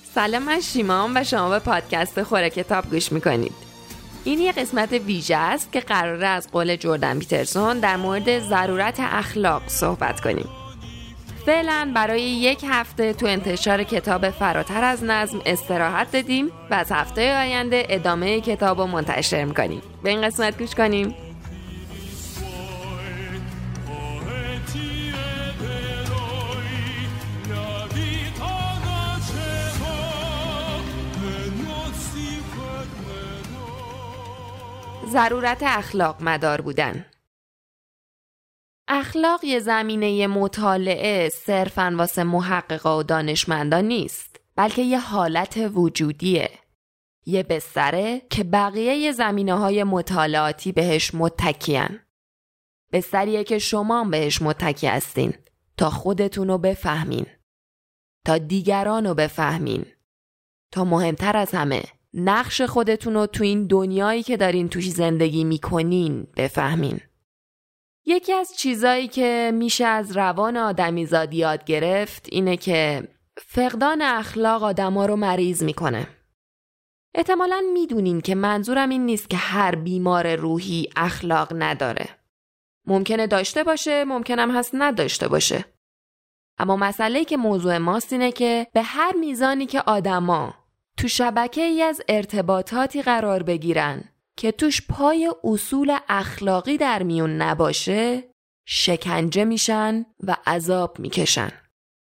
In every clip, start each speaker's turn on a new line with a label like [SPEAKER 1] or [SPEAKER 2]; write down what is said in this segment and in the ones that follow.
[SPEAKER 1] سلام، من شیمام و شما به پادکست خوره کتاب گوش میکنید. این یه قسمت ویژه است که قراره از قول جردن پیترسون در مورد ضرورت اخلاق صحبت کنیم. فعلا برای یک هفته تو انتشار کتاب فراتر از نظم استراحت دادیم و از هفته آینده ادامه کتاب رو منتشر میکنیم. به این قسمت گوش کنیم. ضرورت اخلاق مدار بودن. اخلاق یه زمینه مطالعه صرفاً واسه محققا و دانشمندان نیست، بلکه یه حالت وجودیه. یه بستره که بقیه زمینه‌های مطالعاتی بهش متکی‌ان. بستریه که شما بهش متکی هستین تا خودتونو بفهمین، تا دیگرانو بفهمین، تا مهمتر از همه نقش خودتونو تو این دنیایی که دارین توش زندگی میکنین بفهمین. یکی از چیزایی که میشه از روان آدمیزاد یاد گرفت اینه که فقدان اخلاق آدما رو مریض میکنه. احتمالاً میدونین که منظورم این نیست که هر بیمار روحی اخلاق نداره. ممکنه داشته باشه، ممکنم هست نداشته باشه. اما مسئله‌ای که موضوع ماست اینه که به هر میزانی که آدما تو شبکه‌ای از ارتباطاتی قرار بگیرن که توش پای اصول اخلاقی در میون نباشه، شکنجه میشن و عذاب میکشن.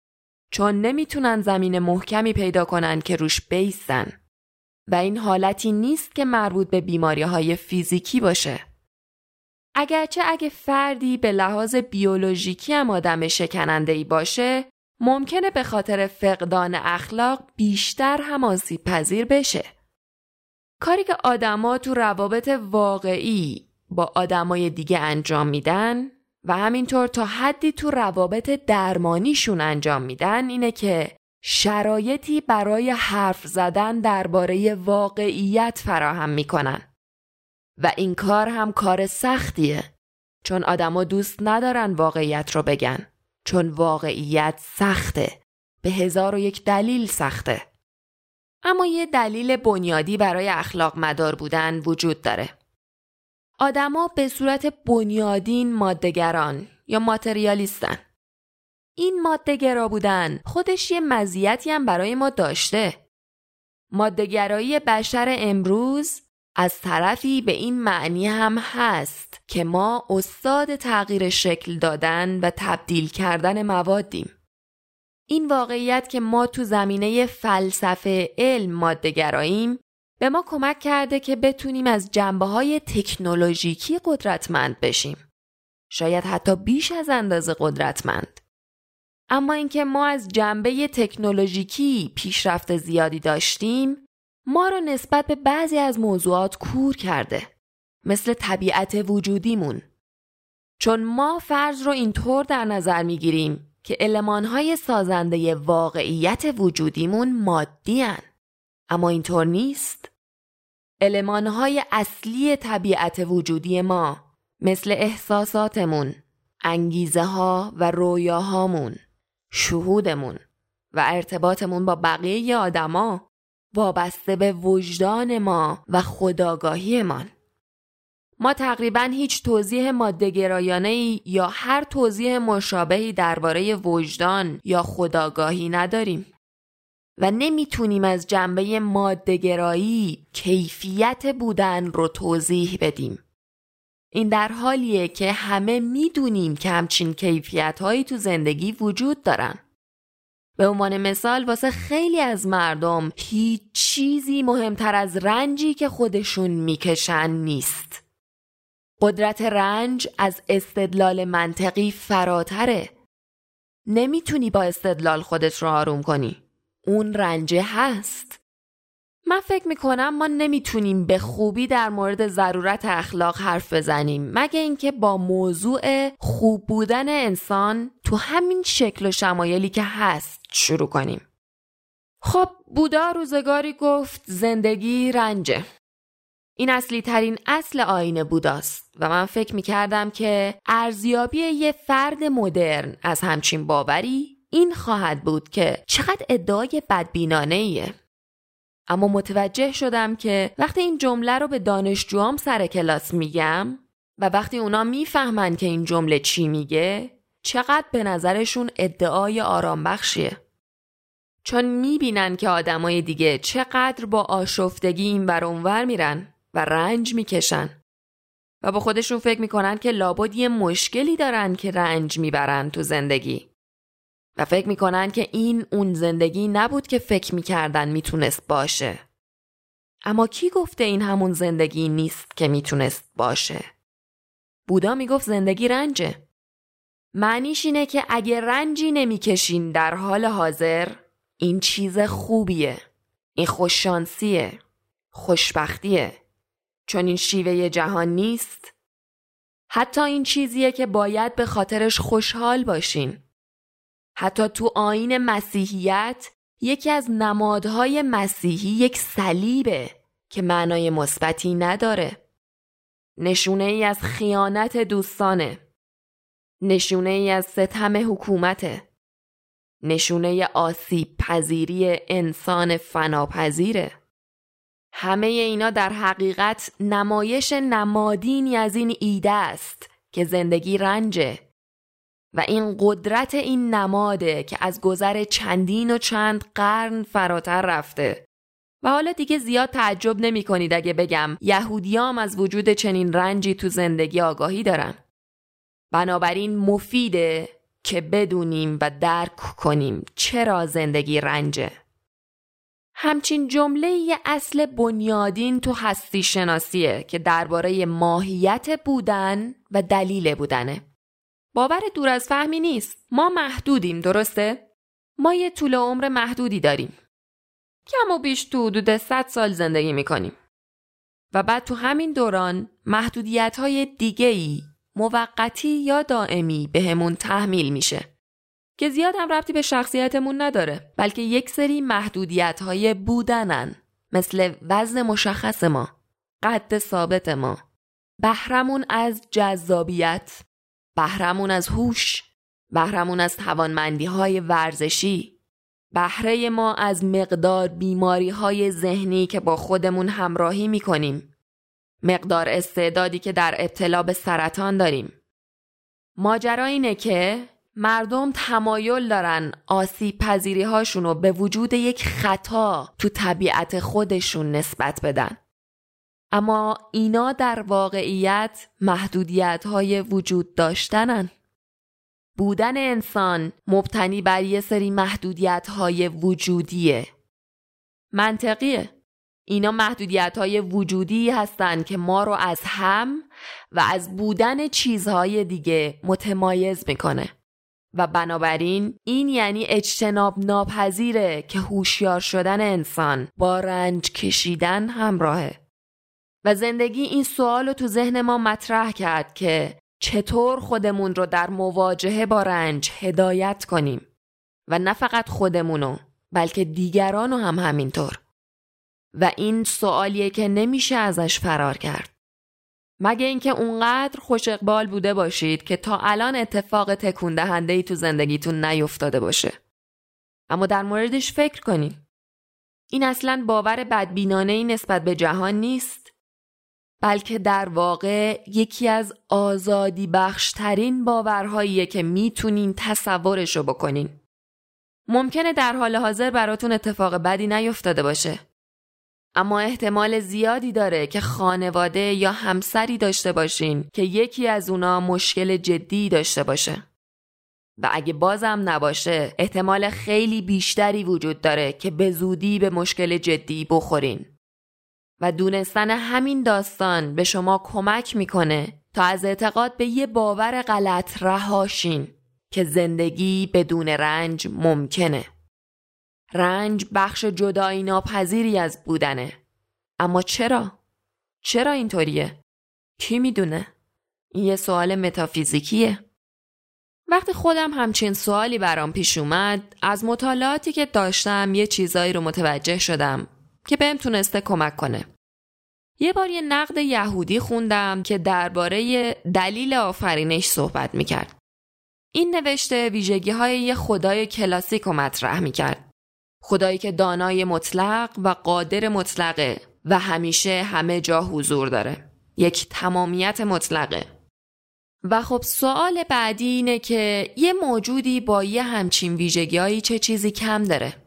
[SPEAKER 1] چون نمیتونن زمین محکمی پیدا کنن که روش بیستن. و این حالتی نیست که مربوط به بیماری‌های فیزیکی باشه. اگرچه اگه فردی به لحاظ بیولوژیکی هم آدم شکننده‌ای باشه، ممکنه به خاطر فقدان اخلاق بیشتر هم آسیب پذیر بشه. کاری که آدما تو روابط واقعی با آدمای دیگه انجام میدن و همینطور تا حدی تو روابط درمانیشون انجام میدن اینه که شرایطی برای حرف زدن درباره واقعیت فراهم میکنن. و این کار هم کار سختیه، چون آدما دوست ندارن واقعیت رو بگن. چون واقعیت سخته. به 1001 دلیل سخته. اما یه دلیل بنیادی برای اخلاق مدار بودن وجود داره. آدما به صورت بنیادین ماده‌گران یا ماتریالیستن. این ماده‌گرا بودن خودش یه مزیتی هم برای ما داشته. ماده‌گرایی بشر امروز از طرفی به این معنی هم هست که ما استاد تغییر شکل دادن و تبدیل کردن موادیم. این واقعیت که ما تو زمینه فلسفه علم ماده‌گراییم به ما کمک کرده که بتونیم از جنبه‌های تکنولوژیکی قدرتمند بشیم. شاید حتی بیش از اندازه قدرتمند. اما اینکه ما از جنبه تکنولوژیکی پیشرفت زیادی داشتیم، ما رو نسبت به بعضی از موضوعات کور کرده. مثل طبیعت وجودیمون. چون ما فرض رو اینطور در نظر میگیریم که المان‌های سازنده واقعیت وجودیمون مادی هن. اما اینطور نیست. المان‌های اصلی طبیعت وجودی ما مثل احساساتمون، انگیزه ها و رویاهامون، شهودمون و ارتباطمون با بقیه آدما وابسته به وجدان ما و خودآگاهیمان. ما تقریباً هیچ توضیح ماده‌گرایانه‌ای یا هر توضیح مشابهی درباره وجدان یا خودآگاهی نداریم و نمیتونیم از جنبه ماده‌گرایی کیفیت بودن رو توضیح بدیم. این در حالیه که همه میدونیم که همچین کیفیت‌هایی تو زندگی وجود دارن. به عنوان مثال واسه خیلی از مردم هیچ چیزی مهمتر از رنجی که خودشون میکشن نیست. قدرت رنج از استدلال منطقی فراتره. نمیتونی با استدلال خودت رو آروم کنی. اون رنجه هست. من فکر میکنم ما نمیتونیم به خوبی در مورد ضرورت اخلاق حرف بزنیم مگه اینکه با موضوع خوب بودن انسان تو همین شکل و شمایلی که هست شروع کنیم. خب بودا روزگاری گفت زندگی رنجه. این اصلی ترین اصل آیین بوداست و من فکر میکردم که ارزیابی یه فرد مدرن از همچین باوری این خواهد بود که چقدر ادعای بدبینانه‌ایه. اما متوجه شدم که وقتی این جمله رو به دانشجوام سر کلاس میگم و وقتی اونا میفهمن که این جمله چی میگه، چقدر به نظرشون ادعای آرام بخشیه. چون میبینن که آدمای دیگه چقدر با آشفتگی این ور اون ور میرن و رنج میکشن و با خودشون فکر میکنن که لابد یه مشکلی دارن که رنج میبرن تو زندگی و فکر میکنن که این اون زندگی نبود که فکر میکردن میتونست باشه. اما کی گفته این همون زندگی نیست که میتونست باشه؟ بودا میگفت زندگی رنجه. معنیش اینه که اگه رنجی نمیکشین در حال حاضر، این چیز خوبیه، این خوششانسیه، خوشبختیه، چون این شیوه جهان نیست. حتی این چیزیه که باید به خاطرش خوشحال باشین. حتی تو آیین مسیحیت یکی از نمادهای مسیحی یک صلیبه که معنای مثبتی نداره. نشونه ای از خیانت دوستانه، نشونه ای از ستم حکومته، نشونه آسیب پذیری انسان فناپذیره. همه اینا در حقیقت نمایش نمادینی از این ایده است که زندگی رنجه و این قدرت این نماده که از گذر چندین و چند قرن فراتر رفته. و حالا دیگه زیاد تعجب نمی کنید اگه بگم یهودیام از وجود چنین رنجی تو زندگی آگاهی دارن. بنابراین مفیده که بدونیم و درک کنیم چرا زندگی رنجه. همچین جمله یه اصل بنیادین تو هستی شناسیه که درباره ماهیت بودن و دلیل بودنه. باور دور از فهمی نیست. ما محدودیم، درسته؟ ما یه طول عمر محدودی داریم. کم و بیش تو حدود 100 سال زندگی میکنیم. و بعد تو همین دوران محدودیت‌های دیگه‌ای موقتی یا دائمی بهمون تحمیل میشه که زیاد هم ربطی به شخصیتمون نداره، بلکه یک سری محدودیت‌های بودنن، مثل وزن مشخص ما، قد ثابت ما، بهرمون از جذابیت، بهرمون از هوش، بهرمون از توانمندی‌های ورزشی، بهره ما از مقدار بیماری‌های ذهنی که با خودمون همراهی می‌کنیم، مقدار استعدادی که در ابتلا به سرطان داریم. ماجرا اینه که مردم تمایل دارن آسیب پذیری هاشون رو به وجود یک خطا تو طبیعت خودشون نسبت بدن. اما اینا در واقعیت محدودیت های وجود داشتنن. بودن انسان مبتنی بر یه سری محدودیت های وجودیه. منطقیه. اینا محدودیت های وجودی هستن که ما رو از هم و از بودن چیزهای دیگه متمایز میکنه. و بنابراین این یعنی اجتناب ناپذیره که هوشیار شدن انسان با رنج کشیدن همراهه. و زندگی این سوال رو تو ذهن ما مطرح کرد که چطور خودمون رو در مواجهه با رنج هدایت کنیم و نه فقط خودمونو بلکه دیگرانو هم همینطور. و این سوالیه که نمیشه ازش فرار کرد. مگه اینکه اونقدر خوش اقبال بوده باشید که تا الان اتفاق تکون دهنده‌ای تو زندگیتون نیفتاده باشه. اما در موردش فکر کنین. این اصلاً باور بدبینانه‌ای نسبت به جهان نیست، بلکه در واقع یکی از آزادی بخشترین باورهاییه که میتونین تصورشو بکنین. ممکنه در حال حاضر براتون اتفاق بدی نیفتاده باشه، اما احتمال زیادی داره که خانواده یا همسری داشته باشین که یکی از اونا مشکل جدی داشته باشه. و اگه بازم نباشه، احتمال خیلی بیشتری وجود داره که به زودی به مشکل جدی بخورین. و دونستن همین داستان به شما کمک میکنه تا از اعتقاد به یه باور غلط رهاشین که زندگی بدون رنج ممکنه. رنج بخش جدایی ناپذیری از بودنه. اما چرا؟ چرا اینطوریه؟ کی میدونه؟ این یه سوال متافیزیکیه. وقتی خودم همچین سوالی برام پیش اومد، از مطالعاتی که داشتم یه چیزایی رو متوجه شدم که بهم تونسته کمک کنه. یه بار یه نقد یهودی خوندم که درباره دلیل آفرینش صحبت میکرد. این نوشته ویژگی‌های یه خدای کلاسیک رو مطرح می‌کرد. خدایی که دانای مطلق و قادر مطلقه و همیشه همه جا حضور داره. یک تمامیت مطلقه. و خب سوال بعدی اینه که یه موجودی با یه همچین ویژگی‌هایی چه چیزی کم داره؟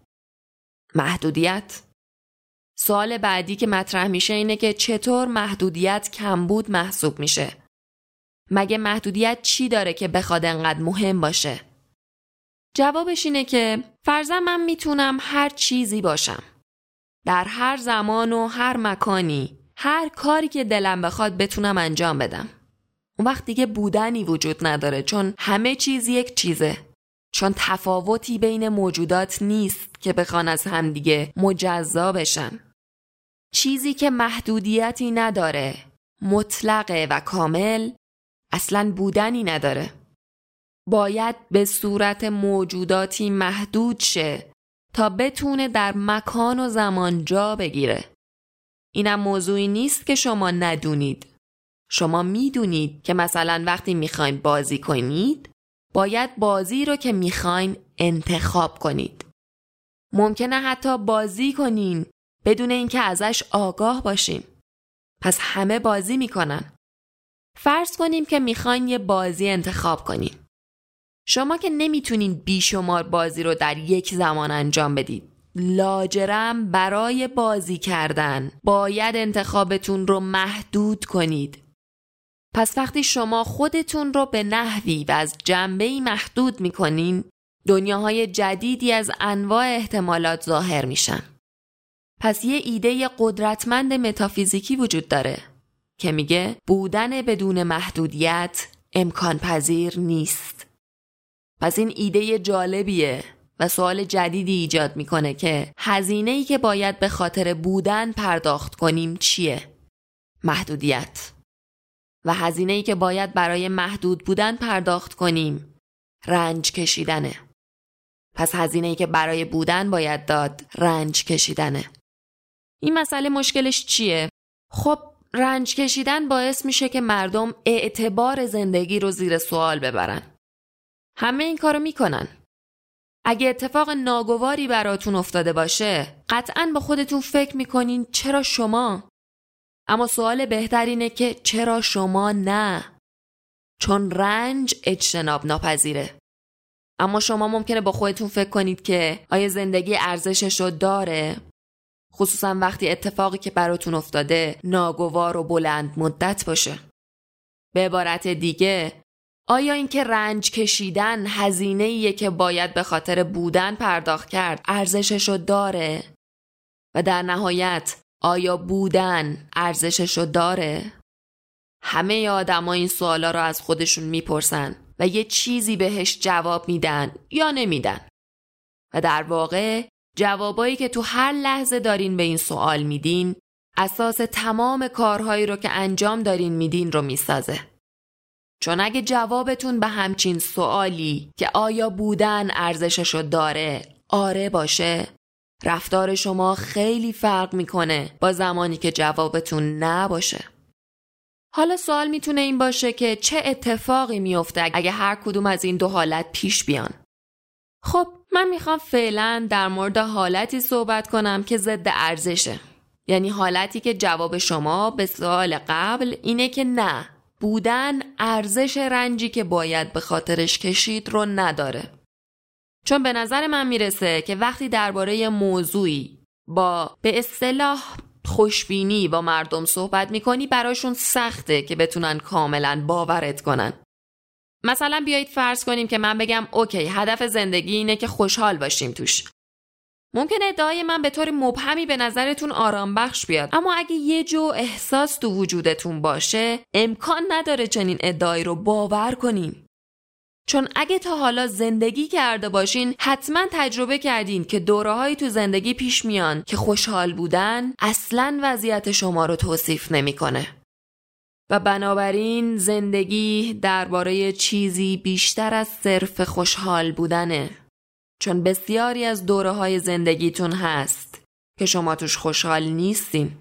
[SPEAKER 1] محدودیت. سوال بعدی که مطرح میشه اینه که چطور محدودیت کمبود محسوب میشه؟ مگه محدودیت چی داره که بخواد انقدر مهم باشه؟ جوابش اینه که فرضاً من میتونم هر چیزی باشم. در هر زمان و هر مکانی، هر کاری که دلم بخواد بتونم انجام بدم. اون وقت دیگه بودنی وجود نداره، چون همه چیز یک چیزه. چون تفاوتی بین موجودات نیست که بخوان از همدیگه مجزا بشن. چیزی که محدودیتی نداره، مطلقه و کامل، اصلاً بودنی نداره. باید به صورت موجوداتی محدود شه تا بتونه در مکان و زمان جا بگیره. اینم موضوعی نیست که شما ندونید. شما میدونید که مثلا وقتی میخواین بازی کنید، باید بازی رو که میخواین انتخاب کنید. ممکنه حتی بازی کنین بدون اینکه ازش آگاه باشین. پس همه بازی میکنن. فرض کنیم که میخواین یه بازی انتخاب کنین. شما که نمیتونین بیشمار بازی رو در یک زمان انجام بدید. لاجرم برای بازی کردن باید انتخابتون رو محدود کنید. پس وقتی شما خودتون رو به نحوی و از جنبه‌ای محدود میکنین، دنیاهای جدیدی از انواع احتمالات ظاهر میشن. پس یه ایده قدرتمند متافیزیکی وجود داره که میگه بودن بدون محدودیت امکان پذیر نیست. پس این ایده جالبیه و سوال جدیدی ایجاد میکنه که هزینه‌ای که باید به خاطر بودن پرداخت کنیم چیه؟ محدودیت. و هزینه‌ای که باید برای محدود بودن پرداخت کنیم رنج کشیدنه. پس هزینه‌ای که برای بودن باید داد رنج کشیدنه. این مسئله مشکلش چیه؟ خب رنج کشیدن باعث میشه که مردم اعتبار زندگی رو زیر سوال ببرن. همه این کارو میکنن. اگه اتفاق ناگواری براتون افتاده باشه، قطعاً با خودتون فکر میکنین چرا شما؟ اما سوال بهتر اینه که چرا شما نه؟ چون رنج اجتناب ناپذیره. اما شما ممکنه با خودتون فکر کنید که آیا زندگی ارزششو داره؟ خصوصا وقتی اتفاقی که براتون افتاده ناگوار و بلند مدت باشه. به عبارت دیگه، آیا اینکه رنج کشیدن هزینه‌ایه که باید به خاطر بودن پرداخت کرد ارزششو داره؟ و در نهایت آیا بودن ارزششو داره؟ همه آدم‌ها این سوالا رو از خودشون میپرسن و یه چیزی بهش جواب میدن یا نمیدن. و در واقع جوابایی که تو هر لحظه دارین به این سوال میدین اساس تمام کارهایی رو که انجام دارین میدین رو میسازه. چون اگه جوابتون به همچین سوالی که آیا بودن ارزششو داره آره باشه، رفتار شما خیلی فرق میکنه با زمانی که جوابتون نه باشه. حالا سوال میتونه این باشه که چه اتفاقی میفته اگه هر کدوم از این دو حالت پیش بیان؟ خب من میخوام فعلا در مورد حالتی صحبت کنم که ضد ارزشه. یعنی حالتی که جواب شما به سوال قبل اینه که نه، بودن ارزش رنجی که باید به خاطرش کشید رو نداره. چون به نظر من میرسه که وقتی درباره موضوعی با به اصطلاح خوشبینی با مردم صحبت میکنی براشون سخته که بتونن کاملا باورت کنن. مثلا بیایید فرض کنیم که من بگم اوکی هدف زندگی اینه که خوشحال باشیم توش. ممکنه ادعای من به طور مبهمی به نظرتون آرام بخش بیاد، اما اگه یه جو احساس تو وجودتون باشه امکان نداره چنین ادعایی رو باور کنین. چون اگه تا حالا زندگی کرده باشین حتما تجربه کردین که دوره‌هایی تو زندگی پیش میان که خوشحال بودن اصلاً وضعیت شما رو توصیف نمی‌کنه. و بنابراین زندگی درباره چیزی بیشتر از صرف خوشحال بودنه. چون بسیاری از دوره‌های زندگیتون هست که شما توش خوشحال نیستین.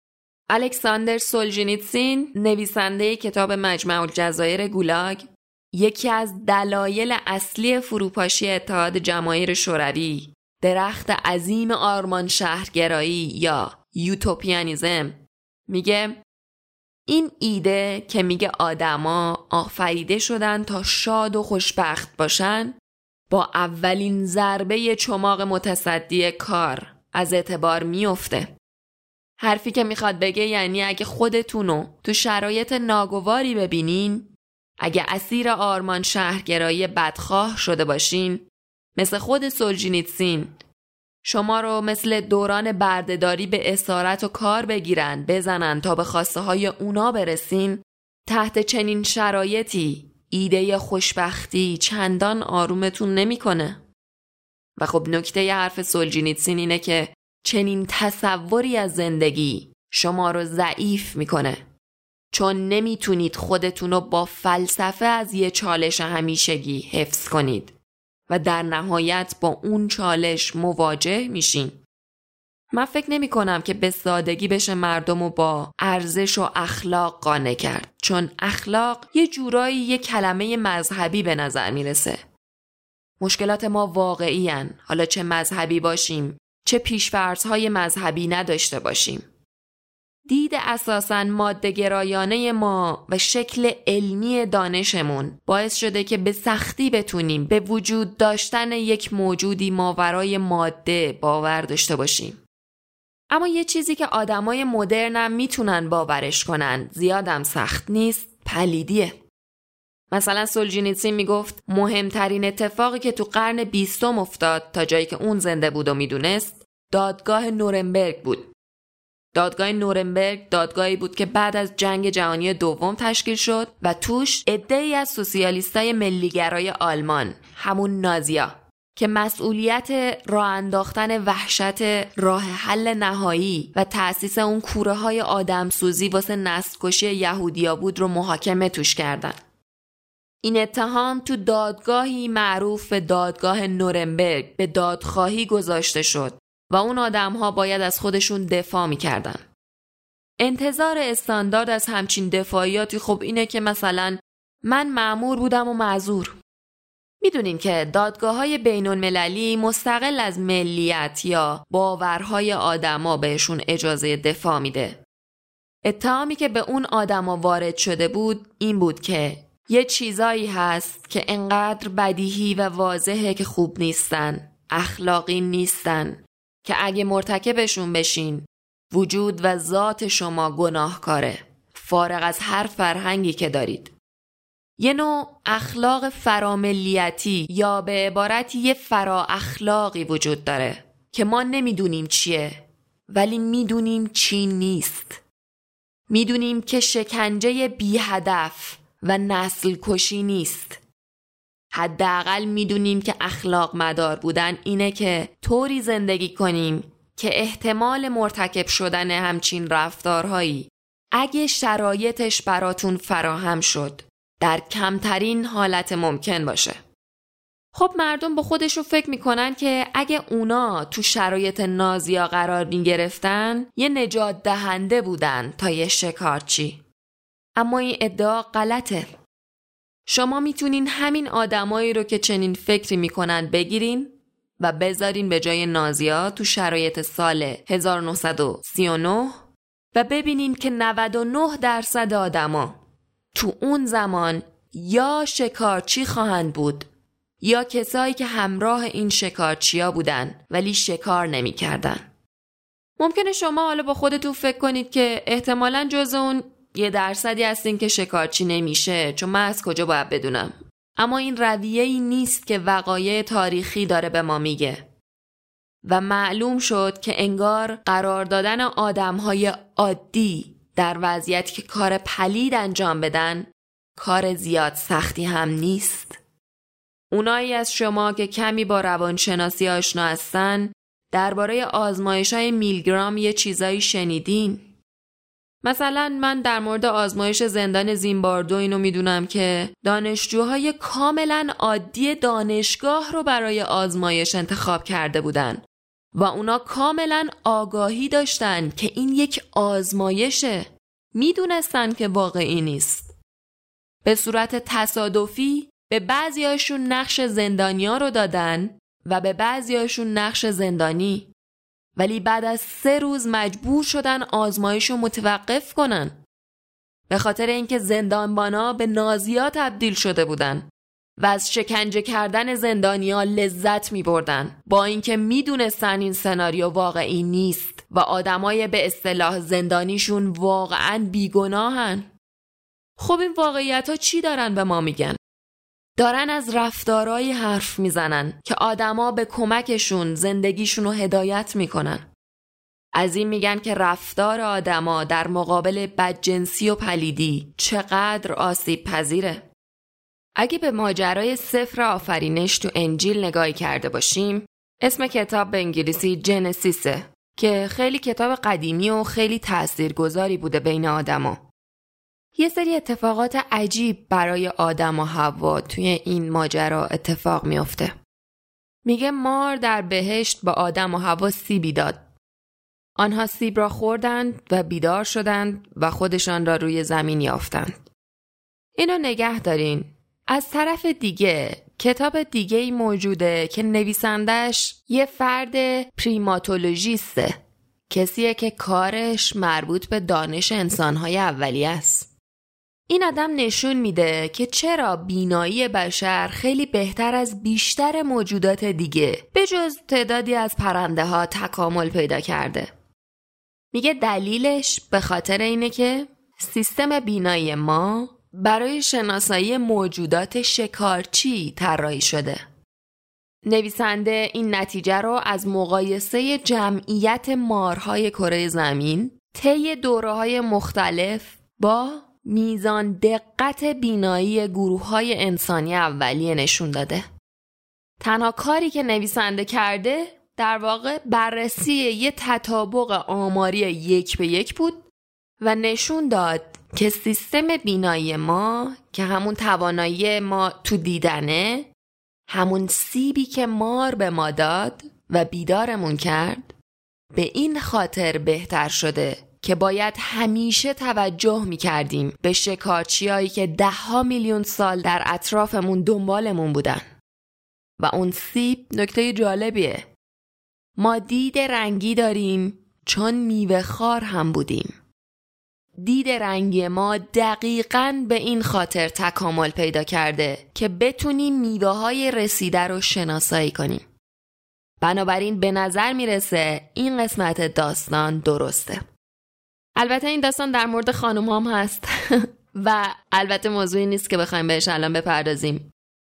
[SPEAKER 1] الکساندر سولژنیتسین، نویسنده کتاب مجمع الجزایر گولاگ، یکی از دلایل اصلی فروپاشی اتحاد جماهیر شوروی، درخت عظیم آرمان شهرگرایی یا یوتوپیانیزم، میگه این ایده که میگه آدما آفریده شدن تا شاد و خوشبخت باشن، با اولین ضربه چماق متصدی کار از اعتبار میفته. حرفی که میخواد بگه یعنی اگه خودتونو تو شرایط ناگواری ببینین، اگه اسیر آرمان شهرگرایی بدخواه شده باشین، مثل خود سولجینیتسین، شما رو مثل دوران بردهداری به اسارت و کار بگیرن، بزنن تا به خواسته های اونا برسین، تحت چنین شرایطی ایده خوشبختی چندان آرومتون نمیکنه. و خب نکته حرف سولجینیتسین اینه که چنین تصوری از زندگی شما رو ضعیف میکنه، چون نمیتونید خودتون رو با فلسفه از یه چالش همیشگی حفظ کنید و در نهایت با اون چالش مواجه میشین. من فکر نمی کنم که به سادگی بشه مردم رو با ارزش و اخلاق قانع کرد، چون اخلاق یه جورایی یه کلمه مذهبی به نظر میرسه. مشکلات ما واقعی هن، حالا چه مذهبی باشیم چه پیش‌فرض‌های مذهبی نداشته باشیم. دید اساساً ماده‌گرایانه ما و شکل علمی دانشمون باعث شده که به سختی بتونیم به وجود داشتن یک موجودی ماورای ماده باور داشته باشیم. اما یه چیزی که آدمای مدرنم میتونن باورش کنن، زیادم سخت نیست، پلیدیه. مثلا سولجینیتسین میگفت مهمترین اتفاقی که تو قرن 20 افتاد تا جایی که اون زنده بود و میدونست، دادگاه نورنبرگ بود. دادگاه نورنبرگ دادگاهی بود که بعد از جنگ جهانی دوم تشکیل شد و توش عده‌ای از سوسیالیستای ملیگرای آلمان، همون نازیا، که مسئولیت راه انداختن وحشت راه حل نهایی و تأسیس اون کوره‌های آدمسوزی واسه نسل‌کشی یهودیا بود رو محاکمه توش کردن. این اتهام تو دادگاهی معروف به دادگاه نورنبرگ به دادخواهی گذاشته شد و اون آدم‌ها باید از خودشون دفاع می‌کردن. انتظار استاندارد از همچین دفاعیاتی خب اینه که مثلا من مأمور بودم و معذور. میدونین که دادگاه‌های بین‌المللی مستقل از ملیت یا باورهای آدما بهشون اجازه دفاع میده. اتهامی که به اون آدما وارد شده بود این بود که یه چیزایی هست که انقدر بدیهی و واضحه که خوب نیستن، اخلاقی نیستن، که اگه مرتکبشون بشین وجود و ذات شما گناهکاره، فارغ از هر فرهنگی که دارید. یه نوع اخلاق فراملیتی یا به عبارتی یه فرا اخلاقی وجود داره که ما نمیدونیم چیه، ولی میدونیم چی نیست. میدونیم که شکنجه بی هدف و نسل کشی نیست. حداقل میدونیم که اخلاق مدار بودن اینه که طوری زندگی کنیم که احتمال مرتکب شدن همچین رفتارهایی اگه شرایطش براتون فراهم شد در کمترین حالت ممکن باشه. خب مردم با خودشون فکر میکنن که اگه اونا تو شرایط نازیا قرار میگرفتن یه نجات دهنده بودن تا یه شکارچی. اما این ادعا غلطه. شما میتونین همین آدمایی رو که چنین فکری میکنن بگیرین و بذارین به جای نازیا تو شرایط سال 1939 و ببینین که 99% آدما تو اون زمان یا شکارچی خواهند بود یا کسایی که همراه این شکارچیا بودن ولی شکار نمی کردن. ممکنه شما حالا با خودتون فکر کنید که احتمالاً جز اون 1% هستین که شکارچی نمیشه، چون من از کجا باید بدونم؟ اما این رویه‌ای نیست که وقایع تاریخی داره به ما میگه. و معلوم شد که انگار قرار دادن آدم‌های عادی در وضعیتی که کار پلید انجام بدن کار زیاد سختی هم نیست. اونایی از شما که کمی با روانشناسی آشنا هستن درباره آزمایش‌های میلگرام یه چیزایی شنیدین. مثلا من در مورد آزمایش زندان زیمباردو اینو میدونم که دانشجوهای کاملا عادی دانشگاه رو برای آزمایش انتخاب کرده بودن و اونا کاملا آگاهی داشتن که این یک آزمایشه، میدونستن که واقعی نیست. به صورت تصادفی به بعضیاشون نقش زندانیا رو دادن و به بعضیاشون نقش زندانی، ولی بعد از 3 روز مجبور شدن آزمایش رو متوقف کنن به خاطر اینکه زندانبانا به نازی‌ها تبدیل شده بودن و از شکنجه کردن زندانیا لذت می بردن، با اینکه می دونستن این سناریو واقعی نیست و آدمای به اصطلاح زندانیشون واقعاً بیگناهن. خب این واقعیت ها چی دارن به ما میگن؟ دارن از رفتارایی حرف میزنن که آدما به کمکشون زندگیشون رو هدایت میکنن. از این میگن که رفتار آدما در مقابل بدجنسی و پلیدی چقدر آسیب پذیره. اگه به ماجرای سفر آفرینش تو انجیل نگاهی کرده باشیم، اسم کتاب به انگلیسی جنسیسه که خیلی کتاب قدیمی و خیلی تاثیرگذاری بوده بین آدما. یه سری اتفاقات عجیب برای آدم و حوا توی این ماجرا اتفاق میفته. میگه مار در بهشت با آدم و حوا سیبی داد. آنها سیب را خوردند و بیدار شدند و خودشان را روی زمین یافتند. اینو نگه دارین. از طرف دیگه کتاب دیگه‌ای موجوده که نویسندش یه فرد پریماتولوژیسته، کسیه که کارش مربوط به دانش انسان‌های اولیه است. این آدم نشون میده که چرا بینایی بشر خیلی بهتر از بیشتر موجودات دیگه به جز تعدادی از پرنده ها تکامل پیدا کرده. میگه دلیلش به خاطر اینه که سیستم بینایی ما برای شناسایی موجودات شکارچی طراحی شده. نویسنده این نتیجه رو از مقایسه جمعیت مارهای کره زمین طی دوره‌های مختلف با میزان دقت بینایی گروه‌های انسانی اولیه نشون داده. تنها کاری که نویسنده کرده در واقع بررسی یه تطابق آماری 1:1 بود و نشون داد که سیستم بینایی ما که همون توانایی ما تو دیدنه، همون سیبی که مار به ما داد و بیدارمون کرد، به این خاطر بهتر شده که باید همیشه توجه می‌کردیم به شکارچیایی که 10 میلیون سال در اطرافمون دنبالمون بودن. و اون سیب نکته جالبیه. ما دید رنگی داریم چون میوه خوار هم بودیم. دید رنگی ما دقیقاً به این خاطر تکامل پیدا کرده که بتونیم میوه‌های رسیده رو شناسایی کنیم. بنابراین به نظر میرسه این قسمت داستان درسته. البته این داستان در مورد خانم هم هست و البته موضوعی نیست که بخوایم بهش الان بپردازیم.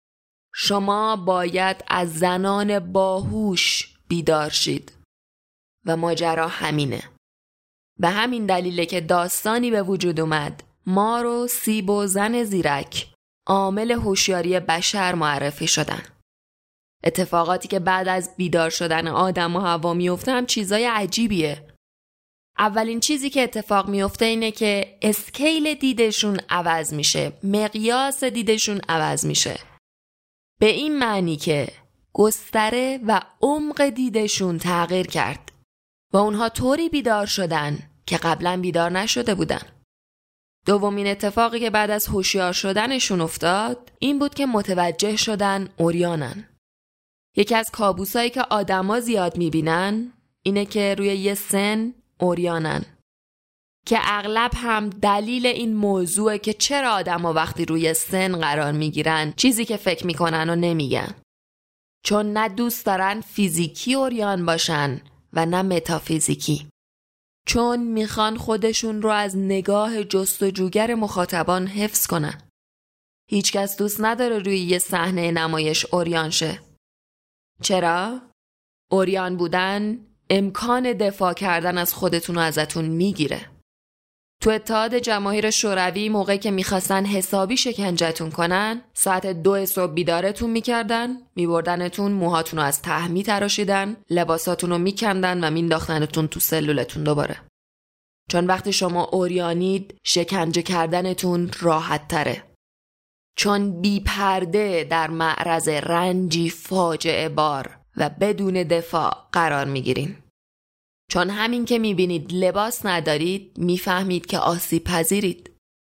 [SPEAKER 1] شما باید از زنان باهوش بیدار شید و ماجرا همینه. به همین دلیله که داستانی به وجود اومد ما رو سیب و زن زیرک عامل هوشیاری بشر معرفی شدن. اتفاقاتی که بعد از بیدار شدن آدم و حوا میفته هم چیزای عجیبیه. اولین چیزی که اتفاق میفته اینه که اسکیل دیدشون عوض میشه، مقیاس دیدشون عوض میشه. به این معنی که گستره و عمق دیدشون تغییر کرد و اونها طوری بیدار شدن که قبلا بیدار نشده بودن. دومین اتفاقی که بعد از هوشیار شدنشون افتاد این بود که متوجه شدن اوریانن. یکی از کابوسایی که آدما زیاد میبینن اینه که روی یه سن اوریانن، که اغلب هم دلیل این موضوعه که چرا آدما وقتی روی سن قرار میگیرن چیزی که فکر میکنن و نمیگن. چون نه دوست دارن فیزیکی اوریان باشن و نه متافیزیکی. چون میخوان خودشون رو از نگاه جستجوگر مخاطبان حفظ کنن. هیچکس دوست نداره روی یه صحنه نمایش اوریان شه. چرا؟ اوریان بودن امکان دفاع کردن از خودتون و ازتون میگیره. تو اتحاد جماهیر شوروی موقعی که میخواستن حسابی شکنجتون کنن، ساعت 2 صبح بیدارتون میکردن، میبردنتون، موهاتون رو از ته میتراشیدن، لباساتون رو میکندن و مینداختنتون تو سلولتون دوباره. چون وقتی شما اوریانید شکنجه کردنتون راحت تره. چون بی پرده در معرض رنجی فاجعه بار و بدون دفاع قرار میگیرین. چون همین که میبینید لباس ندارید میفهمید که آسیب پذیرید.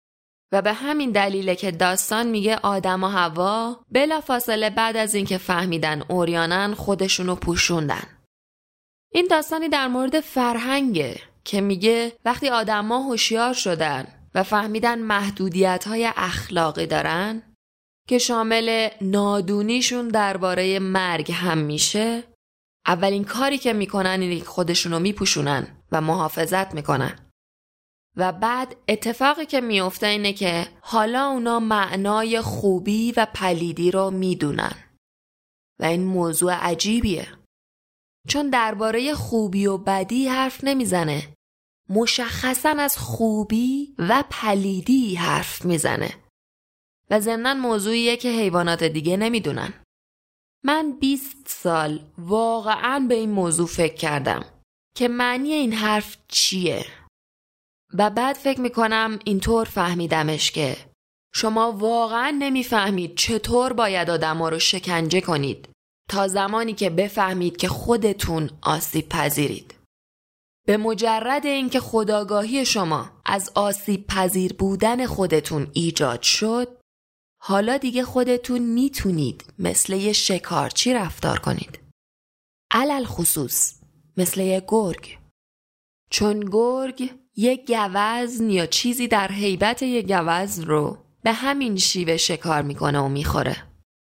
[SPEAKER 1] و به همین دلیله که داستان میگه آدم و حوا بلافاصله بعد از اینکه فهمیدن عریانن خودشونو پوشوندن. این داستانی در مورد فرهنگه که میگه وقتی آدم‌ها هوشیار شدن و فهمیدن محدودیت‌های اخلاقی دارن که شامل نادونیشون درباره مرگ هم میشه، اولین کاری که میکنن اینه که خودشونو میپوشونن و محافظت میکنن. و بعد اتفاقی که میفته اینه که حالا اونا معنای خوبی و پلیدی رو میدونن. و این موضوع عجیبیه. چون درباره خوبی و بدی حرف نمیزنه. مشخصاً از خوبی و پلیدی حرف میزنه. و ضمناً موضوعیه که حیوانات دیگه نمیدونن. من 20 سال واقعاً به این موضوع فکر کردم که معنی این حرف چیه؟ و بعد فکر میکنم اینطور فهمیدمش که شما واقعاً نمیفهمید چطور باید آدم‌ها رو شکنجه کنید تا زمانی که بفهمید که خودتون آسیب پذیرید. به مجرد اینکه خودآگاهی شما از آسیب پذیر بودن خودتون ایجاد شد، حالا دیگه خودتون میتونید مثل یه شکارچی رفتار کنید. علل خصوص مثل یه گرگ. چون گرگ یه گوزن یا چیزی در هیبت یه گوزن رو به همین شیوه شکار میکنه و میخوره.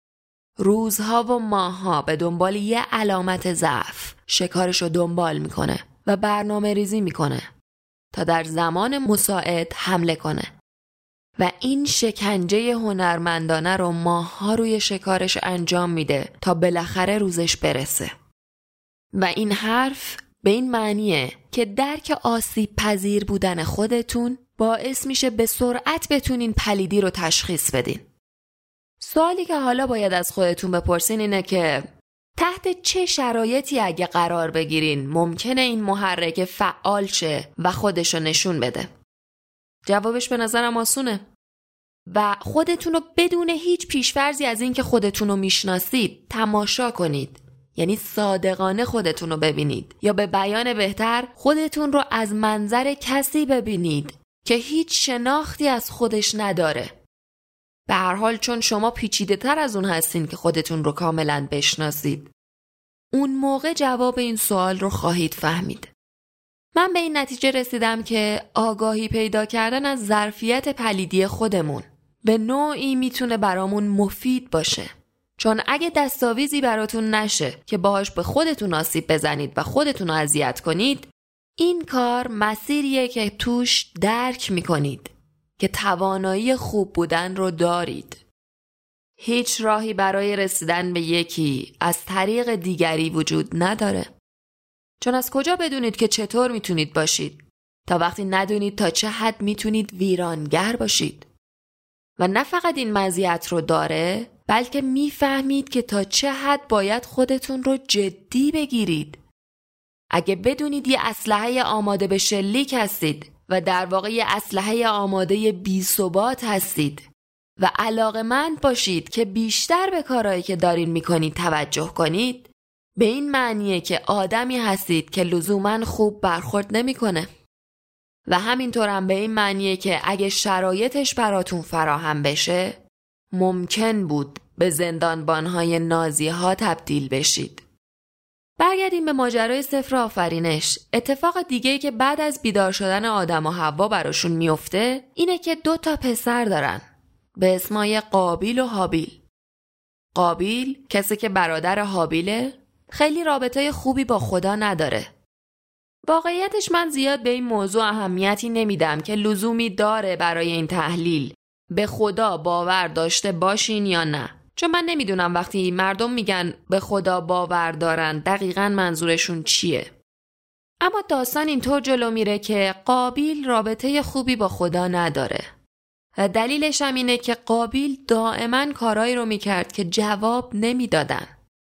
[SPEAKER 1] روزها و ماهها به دنبال یه علامت ضعف شکارش رو دنبال میکنه و برنامه ریزی میکنه تا در زمان مساعد حمله کنه. و این شکنجه هنرمندانه رو ماهها روی شکارش انجام میده تا بالاخره روزش برسه. و این حرف به این معنیه که درک آسیب پذیر بودن خودتون باعث میشه به سرعت بتونین پلیدی رو تشخیص بدین. سوالی که حالا باید از خودتون بپرسین اینه که تحت چه شرایطی اگه قرار بگیرین ممکنه این محرک فعال شه و خودشو نشون بده؟ جوابش به نظرم آسونه. و خودتون رو بدون هیچ پیشفرضی از این که خودتون رو میشناسید تماشا کنید. یعنی صادقانه خودتون رو ببینید، یا به بیان بهتر خودتون رو از منظر کسی ببینید که هیچ شناختی از خودش نداره. به هر حال چون شما پیچیده تر از اون هستین که خودتون رو کاملا بشناسید، اون موقع جواب این سوال رو خواهید فهمید. من به این نتیجه رسیدم که آگاهی پیدا کردن از ظرفیت پلیدی خودمون به نوعی میتونه برامون مفید باشه. چون اگه دستاویزی براتون نشه که باهاش به خودتون آسیب بزنید و خودتون رو اذیت کنید، این کار مسیریه که توش درک میکنید که توانایی خوب بودن رو دارید. هیچ راهی برای رسیدن به یکی از طریق دیگری وجود نداره. چون از کجا بدونید که چطور میتونید باشید تا وقتی ندونید تا چه حد میتونید ویرانگر باشید؟ و نه فقط این مزیت رو داره، بلکه میفهمید که تا چه حد باید خودتون رو جدی بگیرید. اگه بدونید یه اسلحه آماده به شلیک هستید و در واقع یه اسلحه آماده بی‌ثبات هستید و علاقه‌مند باشید که بیشتر به کارهایی که دارین میکنید توجه کنید، به این معنیه که آدمی هستید که لزوماً خوب برخورد نمیکنه. و همینطور هم به این معنیه که اگه شرایطش براتون فراهم بشه، ممکن بود به زندانبانهای نازی ها تبدیل بشید. برگردیم به ماجرای سفر آفرینش. اتفاق دیگه‌ای که بعد از بیدار شدن آدم و حوا براشون میفته اینه که 2 پسر دارن به اسمای قابیل و هابیل. قابیل کسی که برادر هابیله خیلی رابطه خوبی با خدا نداره. واقعیتش من زیاد به این موضوع اهمیتی نمیدم که لزومی داره برای این تحلیل به خدا باور داشته باشین یا نه. چون من نمیدونم وقتی مردم میگن به خدا باور دارن دقیقاً منظورشون چیه. اما داستان اینطور جلو میره که قابیل رابطه خوبی با خدا نداره. و دلیلش هم اینه که قابیل دائما کارایی رو میکرد که جواب نمیدادن.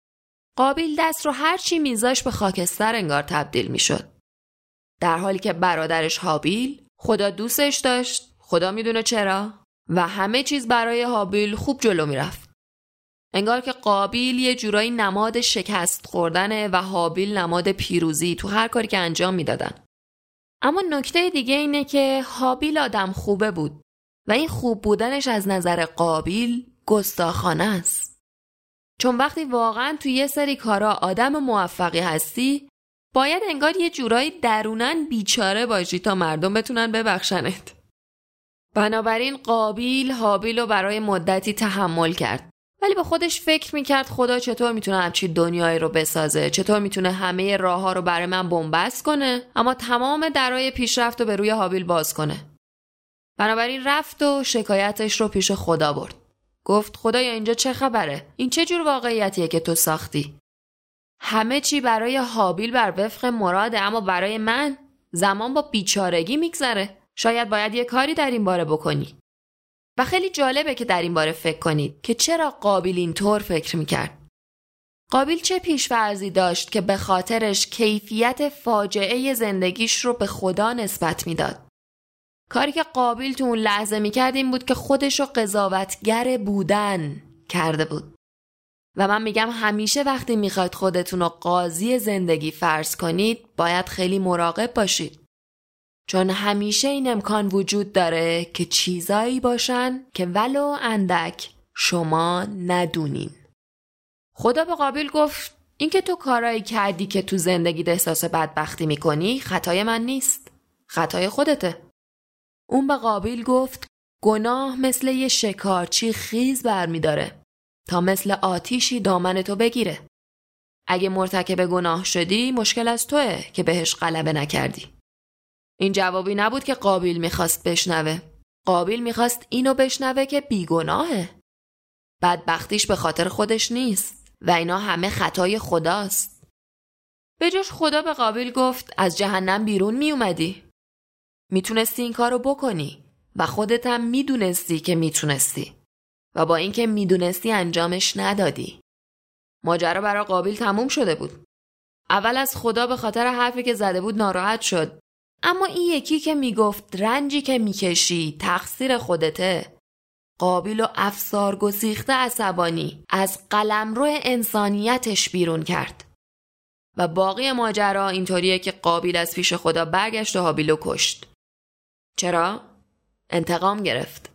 [SPEAKER 1] قابیل دست رو هر چی میذاش به خاکستر انگار تبدیل میشد. در حالی که برادرش هابیل خدا دوستش داشت، خدا میدونه چرا، و همه چیز برای هابیل خوب جلو میرفت. انگار که قابیل یه جورایی نماد شکست خوردنه و هابیل نماد پیروزی تو هر کاری که انجام میدادن. اما نکته دیگه اینه که هابیل آدم خوبه بود و این خوب بودنش از نظر قابیل گستاخانه است. چون وقتی واقعا توی یه سری کارا آدم موفقی هستی، باید انگار یه جورایی درونن بیچاره باشی تا مردم بتونن ببخشنت. بنابراین قابیل حابیل رو برای مدتی تحمل کرد، ولی به خودش فکر میکرد خدا چطور میتونه همچی دنیایی رو بسازه، چطور میتونه همه راه ها رو برای من بنبست کنه اما تمام درای پیشرفت رو به روی حابیل باز کنه. بنابراین رفت و شکایتش رو پیش خدا برد. گفت خدایا اینجا چه خبره؟ این چه جور واقعیتیه که تو ساختی؟ همه چی برای حابیل بر وفق مراده، اما برای من زمان با بیچارگی میگذره. شاید باید یه کاری در این باره بکنی. و خیلی جالبه که در این باره فکر کنید که چرا قابیل اینطور فکر میکرد. قابیل چه پیش‌فرضی داشت که به خاطرش کیفیت فاجعه زندگیش رو به خدا نسبت میداد؟ کاری که قابیل تو اون لحظه میکرد این بود که خودش رو قضاوتگر بودن کرده بود. و من میگم همیشه وقتی میخواید خودتون رو قاضی زندگی فرض کنید باید خیلی مراقب باشید. چون همیشه این امکان وجود داره که چیزایی باشن که ولو اندک شما ندونین. خدا به قابیل گفت این که تو کارایی کردی که تو زندگیت احساس بدبختی میکنی خطای من نیست، خطای خودته. اون به قابیل گفت گناه مثل یه شکارچی خیز برمیداره تا مثل آتیشی دامن تو بگیره. اگه مرتکب گناه شدی مشکل از توئه که بهش غلبه نکردی. این جوابی نبود که قابیل میخواست بشنوه. قابیل میخواست اینو بشنوه که بیگناهه. بدبختیش به خاطر خودش نیست و اینا همه خطای خداست. به جاش خدا به قابیل گفت از جهنم بیرون میومدی. میتونستی این کارو بکنی و خودت هم میدونستی که میتونستی و با اینکه میدونستی انجامش ندادی. ماجرا برای قابیل تموم شده بود. اول از خدا به خاطر حرفی که زده بود ناراحت شد، اما این یکی که میگفت رنجی که میکشی تقصیر خودته، قابیل و افسار گسیخته عصبانی از قلمرو انسانیتش بیرون کرد. و باقی ماجرا اینطوریه که قابیل از پیش خدا برگشت و حابیل رو کشت. چرا؟ انتقام گرفت.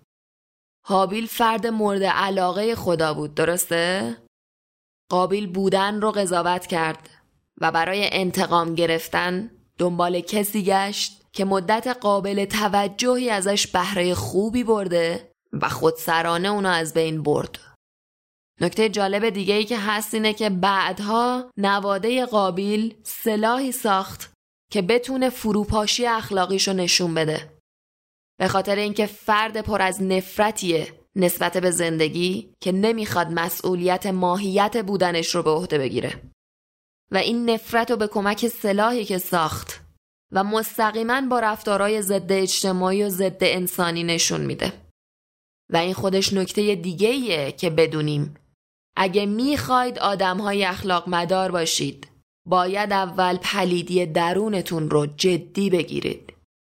[SPEAKER 1] حابیل فرد مورد علاقه خدا بود، درسته؟ قابیل بودن رو قضاوت کرد و برای انتقام گرفتن دنبال کسی گشت که مدت قابل توجهی ازش بهره خوبی برده و خودسرانه اونو از بین برد. نکته جالب دیگه‌ای که هست اینه که بعدها نواده قابیل سلاحی ساخت که بتونه فروپاشی اخلاقیشو نشون بده. به خاطر اینکه فرد پر از نفرتیه نسبت به زندگی که نمیخواد مسئولیت ماهیت بودنش رو به عهده بگیره. و این نفرت رو به کمک سلاحی که ساخت و مستقیما با رفتارهای ضد اجتماعی و ضد انسانی نشون میده. و این خودش نکته دیگه‌ایه که بدونیم. اگه میخواید آدم‌های اخلاق مدار باشید، باید اول پلیدی درونتون رو جدی بگیرید.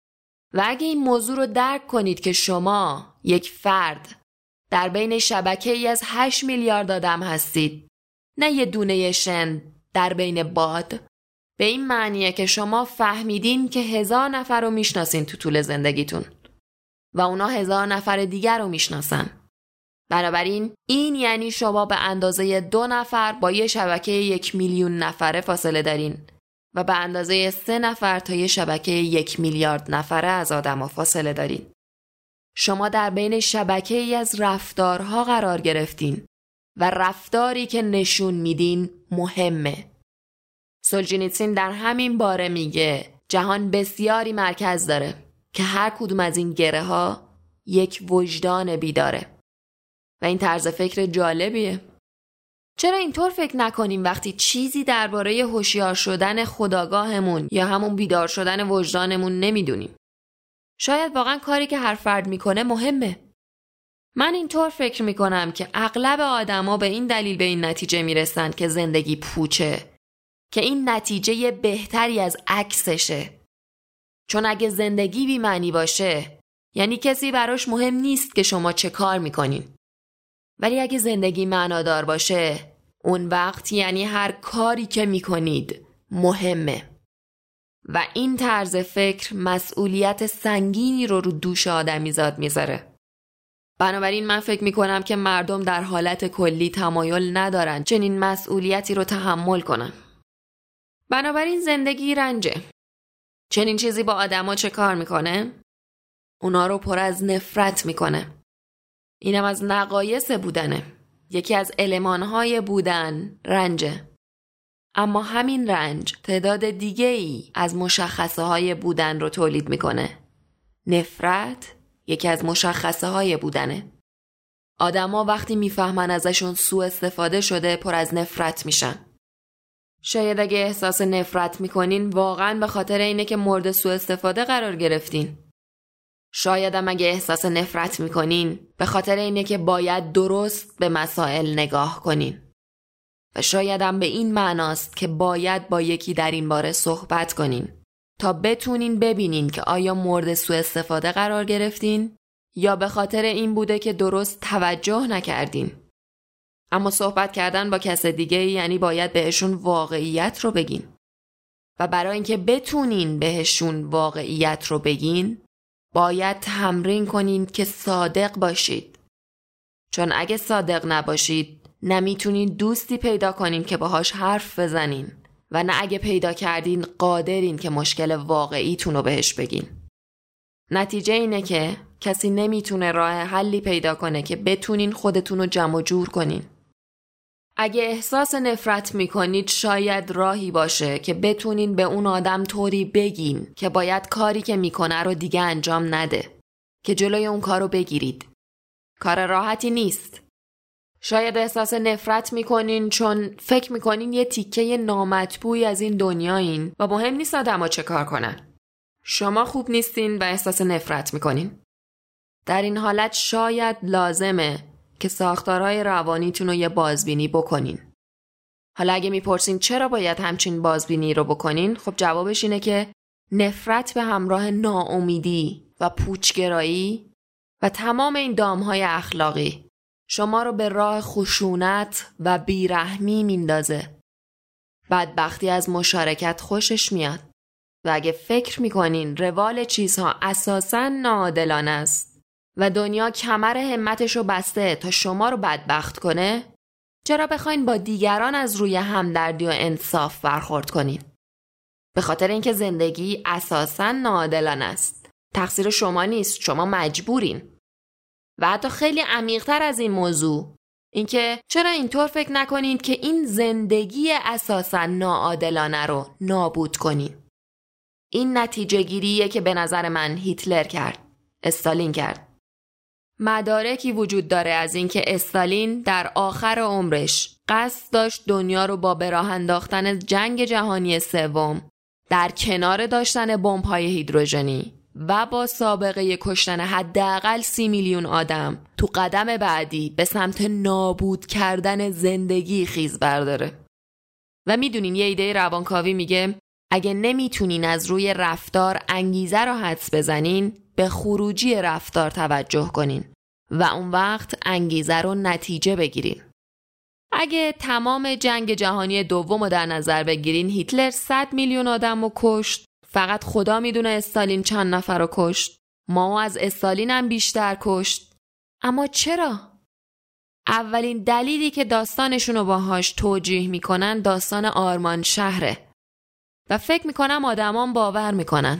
[SPEAKER 1] و اگه این موضوع رو درک کنید که شما یک فرد در بین شبکه‌ای از 8 میلیارد آدم هستید، نه یه دونه شن در بین باد، به این معنیه که شما فهمیدین که 1000 نفر رو میشناسین تو طول زندگیتون و اونا 1000 نفر دیگر رو میشناسن. بنابراین این یعنی شما به اندازه 2 نفر با یه شبکه 1 میلیون نفره فاصله دارین و به اندازه 3 نفر تا یه شبکه 1 میلیارد نفره از آدم‌ها فاصله دارین. شما در بین شبکه‌ای از رفتارها قرار گرفتین و رفتاری که نشون میدین مهمه. سولجنیتسین در همین باره میگه جهان بسیاری مرکز داره که هر کدوم از این گره ها یک وجدان بیداره. و این طرز فکر جالبیه. چرا اینطور فکر نکنیم وقتی چیزی درباره هوشیار شدن خودآگاهمون یا همون بیدار شدن وجدانمون نمیدونیم؟ شاید واقعا کاری که هر فرد میکنه مهمه. من اینطور فکر میکنم که اغلب آدما به این دلیل به این نتیجه میرسن که زندگی پوچه، که این نتیجه بهتری از عکسشه. چون اگه زندگی بی معنی باشه یعنی کسی براش مهم نیست که شما چه کار میکنین. ولی اگه زندگی معنادار باشه اون وقت یعنی هر کاری که میکنید مهمه. و این طرز فکر مسئولیت سنگینی رو دوش آدمیزاد میذاره. بنابراین من فکر میکنم که مردم در حالت کلی تمایل ندارن چنین مسئولیتی رو تحمل کنن. بنابراین زندگی رنجه. چنین چیزی با آدما چه کار میکنه؟ اونا رو پر از نفرت میکنه. اینم از نقایص بودنه. یکی از المانهای بودن رنجه. اما همین رنج تعداد دیگه ای از مشخصه های بودن رو تولید میکنه. نفرت یکی از مشخصه های بودنه. آدما وقتی میفهمن ازشون سوء استفاده شده پر از نفرت میشن. شاید اگه احساس نفرت میکنین واقعا به خاطر اینه که مورد سوء استفاده قرار گرفتین. شاید هم اگه احساس نفرت میکنین به خاطر اینه که باید درست به مسائل نگاه کنین. و شاید هم به این معناست که باید با یکی در این باره صحبت کنین تا بتونین ببینین که آیا مورد سوء استفاده قرار گرفتین یا به خاطر این بوده که درست توجه نکردین. اما صحبت کردن با کس دیگه یعنی باید بهشون واقعیت رو بگین. و برای اینکه بتونین بهشون واقعیت رو بگین باید تمرین کنین که صادق باشید. چون اگه صادق نباشید نمیتونین دوستی پیدا کنین که باهاش حرف بزنین و نه اگه پیدا کردین قادرین که مشکل واقعیتون رو بهش بگین. نتیجه اینه که کسی نمیتونه راه حلی پیدا کنه که بتونین خودتون رو جمع و جور کنین. اگه احساس نفرت میکنید شاید راهی باشه که بتونین به اون آدم طوری بگین که باید کاری که میکنه رو دیگه انجام نده، که جلوی اون کارو بگیرید. کار راحتی نیست. شاید احساس نفرت میکنین چون فکر میکنین یه تیکه نامطبوعی از این دنیایین و مهم نیست آدما چه کار کنن. شما خوب نیستین و احساس نفرت میکنین. در این حالت شاید لازمه که ساختارهای روانیتون رو یه بازبینی بکنین. حالا اگه میپرسین چرا باید همچین بازبینی رو بکنین، خب جوابش اینه که نفرت به همراه ناامیدی و پوچگرایی و تمام این دامهای اخلاقی شما رو به راه خشونت و بیرحمی میندازه. بدبختی از مشارکت خوشش میاد و اگه فکر میکنین روال چیزها اساساً ناعادلانه است و دنیا کمر همتش رو بسته تا شما رو بدبخت کنه، چرا بخواین با دیگران از روی همدردی و انصاف برخورد کنین؟ به خاطر اینکه زندگی اساساً ناعادلانه است. تقصیر شما نیست، شما مجبورین. و حتی خیلی عمیق‌تر از این موضوع، اینکه چرا اینطور فکر نکنین که این زندگی اساساً ناعادلانه رو نابود کنین؟ این نتیجه گیریه که به نظر من هیتلر کرد، استالین کرد. مدارکی وجود داره از اینکه استالین در آخر عمرش قصد داشت دنیا رو با به راه انداختن جنگ جهانی سوم در کنار داشتن بمب‌های هیدروژنی و با سابقه کشتن حداقل 30 میلیون آدم تو قدم بعدی به سمت نابود کردن زندگی خیز برداره. و میدونین یه ایده روانکاوی میگه اگه نمیتونین از روی رفتار انگیزه رو حدس بزنین، به خروجی رفتار توجه کنین و اون وقت انگیزه رو نتیجه بگیرین. اگه تمام جنگ جهانی دوم رو در نظر بگیرین، هیتلر 100 میلیون آدم رو کشت. فقط خدا میدونه استالین چند نفر رو کشت. ما از استالین هم بیشتر کشت. اما چرا؟ اولین دلیلی که داستانشون رو باهاش توجیه میکنن داستان آرمان شهره و فکر میکنم آدمان باور میکنن.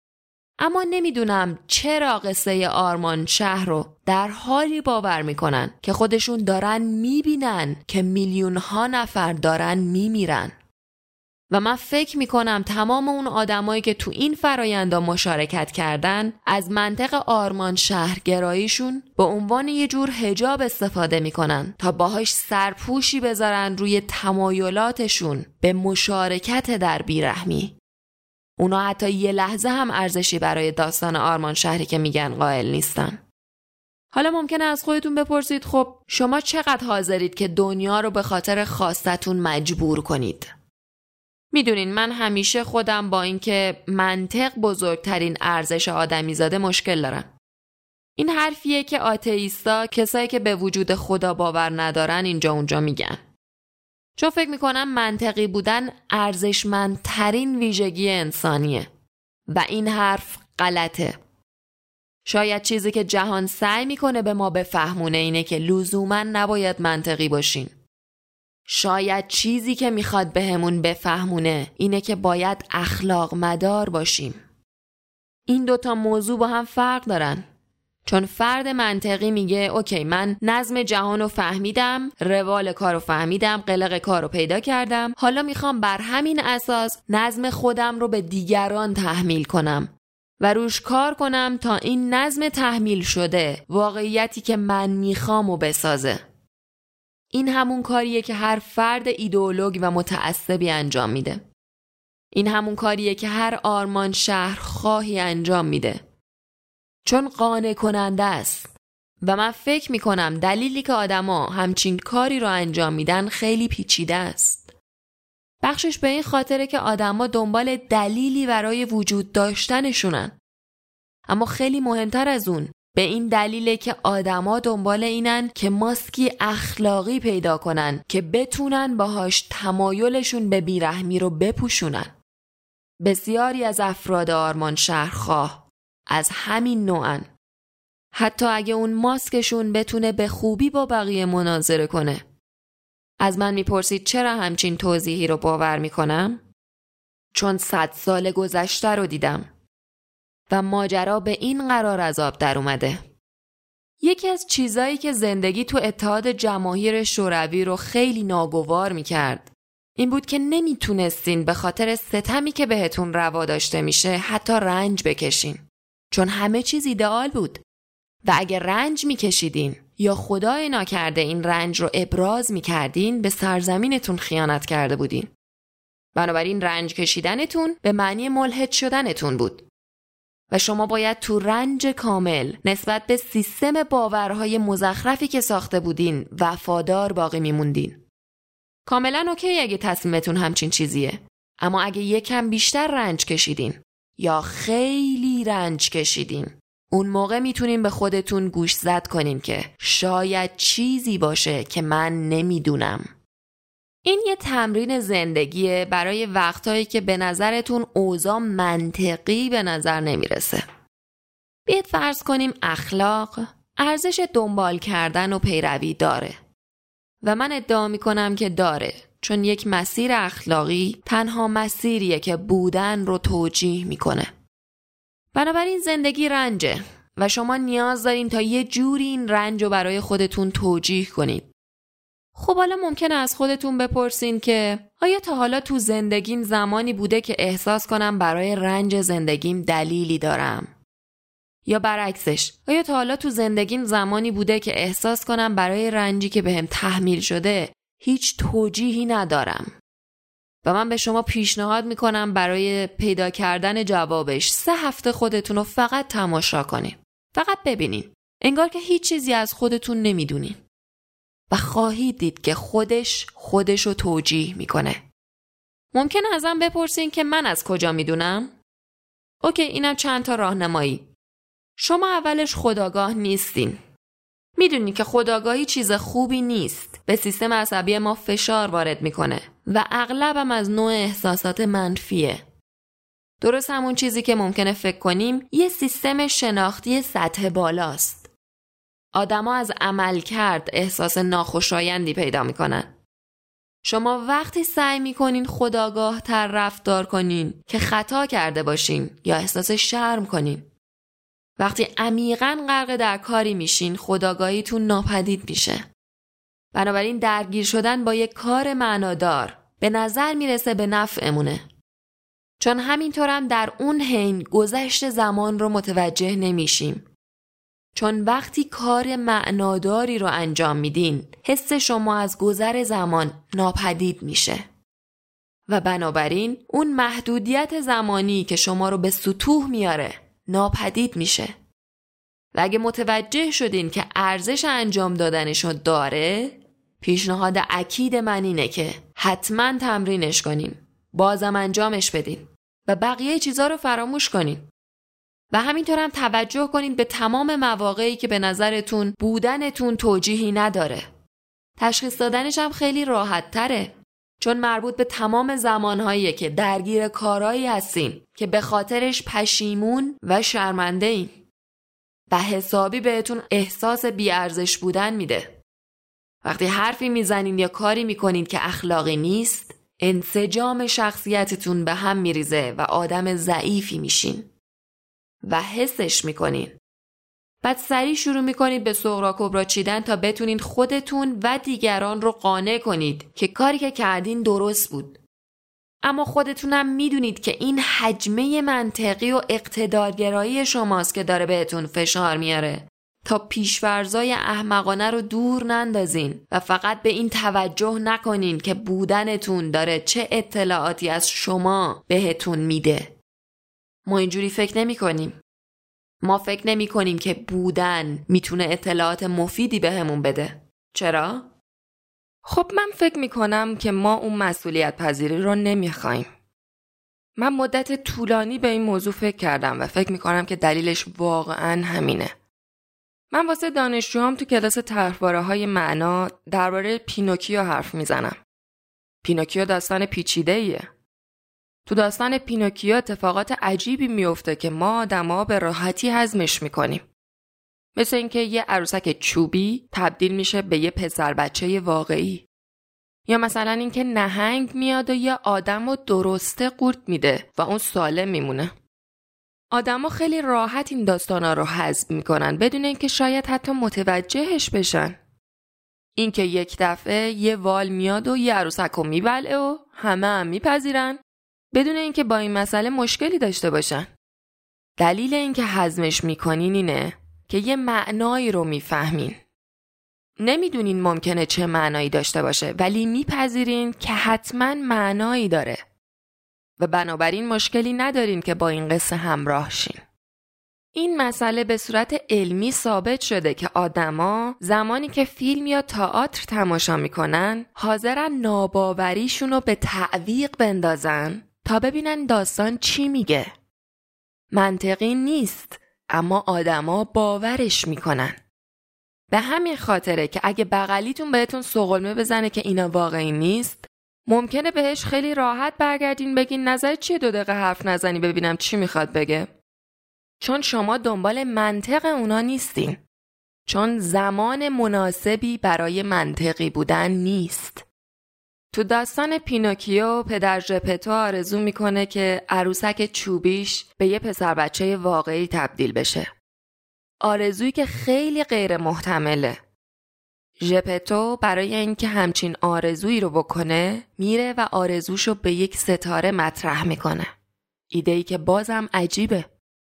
[SPEAKER 1] اما نمیدونم چرا قصه آرمان شهر رو در حالی باور میکنن که خودشون دارن میبینن که میلیون ها نفر دارن میمیرن. و من فکر میکنم تمام اون آدمایی که تو این فرآیند مشارکت کردن از منطق آرمان شهرگراییشون به عنوان یه جور حجاب استفاده میکنن تا باهاش سرپوشی بذارن روی تمایلاتشون به مشارکت در بیرحمی. اونا حتی یه لحظه هم ارزشی برای داستان آرمان شهری که میگن قائل نیستن. حالا ممکنه از خودتون بپرسید خب شما چقدر حاضرید که دنیا رو به خاطر خواستتون مجبور کنید؟ میدونین من همیشه خودم با اینکه منطق بزرگترین ارزش آدمیزاده مشکل دارم. این حرفیه که آتئیستا، کسایی که به وجود خدا باور ندارن، اینجا اونجا میگن. چون فکر میکنم منطقی بودن ارزشمندترین ویژگی انسانیه و این حرف غلطه. شاید چیزی که جهان سعی میکنه به ما بفهمونه اینه که لزوماً نباید منطقی باشیم. شاید چیزی که میخواد بهمون بفهمونه اینه که باید اخلاق مدار باشیم. این دوتا موضوع با هم فرق دارن. چون فرد منطقی میگه اوکی، من نظم جهان رو فهمیدم، روال کار رو فهمیدم، قلق کار رو پیدا کردم، حالا میخوام بر همین اساس نظم خودم رو به دیگران تحمیل کنم و روش کار کنم تا این نظم تحمیل شده واقعیتی که من میخوام رو بسازه. این همون کاریه که هر فرد ایدئولوگ و متعصبی انجام میده. این همون کاریه که هر آرمان شهرخواهی انجام میده. چون قانع کننده است. و من فکر میکنم دلیلی که آدما همچین کاری رو انجام میدن خیلی پیچیده است. بخشش به این خاطره که آدما دنبال دلیلی برای وجود داشتنشونن. اما خیلی مهمتر از اون به این دلیله که آدما دنبال اینن که ماسکی اخلاقی پیدا کنن که بتونن باهاش تمایلشون به بیرحمی رو بپوشونن. بسیاری از افراد آرمان شهرخواه از همین نوعن. حتی اگه اون ماسکشون بتونه به خوبی با بقیه مناظره کنه. از من میپرسید چرا همچین توضیحی رو باور میکنم؟ چون 100 سال گذشته رو دیدم و ماجرا به این قرار از آب در اومده. یکی از چیزایی که زندگی تو اتحاد جماهیر شوروی رو خیلی ناگوار میکرد این بود که نمیتونستین به خاطر ستمی که بهتون روا داشته میشه حتی رنج بکشین. چون همه چیز ایدئال بود و اگه رنج میکشیدین یا خدای ناکرده این رنج رو ابراز میکردین به سرزمینتون خیانت کرده بودین. بنابراین رنج کشیدنتون به معنی ملحد شدنتون بود و شما باید تو رنج کامل نسبت به سیستم باورهای مزخرفی که ساخته بودین وفادار باقی میموندین. کاملا اوکی اگه تصمیمتون همچین چیزیه، اما اگه یکم بیشتر رنج کشیدین یا خیلی رنج کشیدین اون موقع میتونین به خودتون گوش زد کنین که شاید چیزی باشه که من نمیدونم. این یه تمرین زندگیه برای وقتایی که به نظرتون اوضاع منطقی به نظر نمیرسه. بیاید فرض کنیم اخلاق ارزش دنبال کردن و پیروی داره و من ادعا میکنم که داره، چون یک مسیر اخلاقی تنها مسیریه که بودن رو توجیه میکنه. بنابراین زندگی رنجه و شما نیاز دارین تا یه جوری این رنج رو برای خودتون توجیه کنید. خب حالا ممکنه از خودتون بپرسین که آیا تا حالا تو زندگیم زمانی بوده که احساس کنم برای رنج زندگیم دلیلی دارم؟ یا برعکسش، آیا تا حالا تو زندگیم زمانی بوده که احساس کنم برای رنجی که بهم تحمیل شده هیچ توجیهی ندارم؟ و من به شما پیشنهاد میکنم برای پیدا کردن جوابش 3 هفته خودتون رو فقط تماشا کنین. فقط ببینین. انگار که هیچ چیزی از خودتون نمیدونین. و خواهید دید که خودش رو توجیه میکنه. ممکنه ازم بپرسین که من از کجا میدونم؟ اوکی، اینم چند تا راهنمایی. شما اولش خودآگاه نیستین. میدونین که خودآگاهی چیز خوبی نیست. به سیستم عصبی ما فشار وارد میکنه و اغلبم از نوع احساسات منفیه. درست همون چیزی که ممکنه فکر کنیم یه سیستم شناختی سطح بالاست. آدما از عملکرد احساس ناخوشایندی پیدا میکنن. شما وقتی سعی میکنین خودآگاه تر رفتار کنین که خطا کرده باشین یا احساس شرم کنین. وقتی عمیقاً غرق در کاری میشین خودآگاهیتون ناپدید میشه. بنابراین درگیر شدن با یک کار معنادار به نظر میرسه به نفعمونه. چون همینطورم در اون حین گذشت زمان رو متوجه نمیشیم. چون وقتی کار معناداری رو انجام میدین حس شما از گذر زمان ناپدید میشه. و بنابراین اون محدودیت زمانی که شما رو به سطوح میاره ناپدید میشه. و اگه متوجه شدین که ارزش انجام دادنشو داره، پیشنهاد اکید من اینه که حتما تمرینش کنین، بازم انجامش بدین و بقیه چیزا رو فراموش کنین. و همینطور هم توجه کنین به تمام مواقعی که به نظرتون بودنتون توجیهی نداره. تشخیص دادنش هم خیلی راحت تره، چون مربوط به تمام زمانهاییه که درگیر کارهایی هستین که به خاطرش پشیمون و شرمنده این. و حسابی بهتون احساس بی‌ارزش بودن میده. وقتی حرفی میزنین یا کاری میکنین که اخلاقی نیست، انسجام شخصیتتون به هم میریزه و آدم ضعیفی میشین و حسش میکنین. بعد سریع شروع میکنید به سغرا کبرا چیدن تا بتونین خودتون و دیگران رو قانع کنید که کاری که کردین درست بود. اما خودتونم میدونید که این حجمه منطقی و اقتدارگرایی شماست که داره بهتون فشار میاره تا پیش‌فرضای احمقانه رو دور نندازین و فقط به این توجه نکنین که بودنتون داره چه اطلاعاتی از شما بهتون میده. ما اینجوری فکر نمی کنیم. ما فکر نمی کنیم که بودن میتونه اطلاعات مفیدی بهمون بده. چرا؟ خب من فکر می کنم که ما اون مسئولیت پذیری رو نمیخوایم. من مدت طولانی به این موضوع فکر کردم و فکر می کنم که دلیلش واقعاً همینه. من واسه دانشجوام تو کلاس طرحواره‌های معنا درباره پینوکیو حرف میزنم. پینوکیو داستان پیچیده‌ایه. تو داستان پینوکیو اتفاقات عجیبی میفته که ما آدم‌ها به راحتی هضمش میکنیم. مثل اینکه یه عروسک چوبی تبدیل میشه به یه پسر بچه واقعی. یا مثلا اینکه نهنگ میاد و یه آدم رو درسته قورت میده و اون سالم میمونه. آدما خیلی راحت این داستانا رو هضم میکنن بدون اینکه شاید حتی متوجهش بشن. اینکه یک دفعه یه وال میاد و یه عروسک رو میبلعه و همه هم میپذیرن بدون اینکه با این مسئله مشکلی داشته باشن. دلیل اینکه هضمش میکنین اینه که یه معنایی رو میفهمین. نمیدونین ممکنه چه معنایی داشته باشه ولی میپذیرین که حتما معنایی داره. و بنابراین مشکلی ندارین که با این قصه همراه شین. این مسئله به صورت علمی ثابت شده که آدما زمانی که فیلم یا تئاتر تماشا میکنن حاضرن ناباوریشون رو به تعویق بندازن تا ببینن داستان چی میگه. منطقی نیست اما آدما باورش میکنن. به همین خاطره که اگه بغلیتون بهتون سغلمه بزنه که اینا واقعی نیست، ممکنه بهش خیلی راحت برگردین بگین نظر چیه 2 دقیقه حرف نزنی ببینم چی میخواد بگه. چون شما دنبال منطق اونا نیستین. چون زمان مناسبی برای منطقی بودن نیست. تو داستان پینوکیو پدر ژپتو آرزو میکنه که عروسک چوبیش به یه پسر بچه واقعی تبدیل بشه. آرزویی که خیلی غیر محتمله. ژپتو برای اینکه همچین آرزویی رو بکنه میره و آرزوشو به یک ستاره مطرح میکنه. ایده‌ای که بازم عجیبه.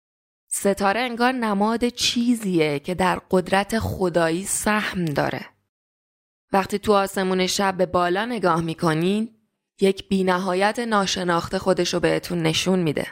[SPEAKER 1] ستاره انگار نماد چیزیه که در قدرت خدایی سهم داره. وقتی تو آسمون شب به بالا نگاه میکنین یک بی‌نهایت ناشناخته خودشو بهتون نشون میده.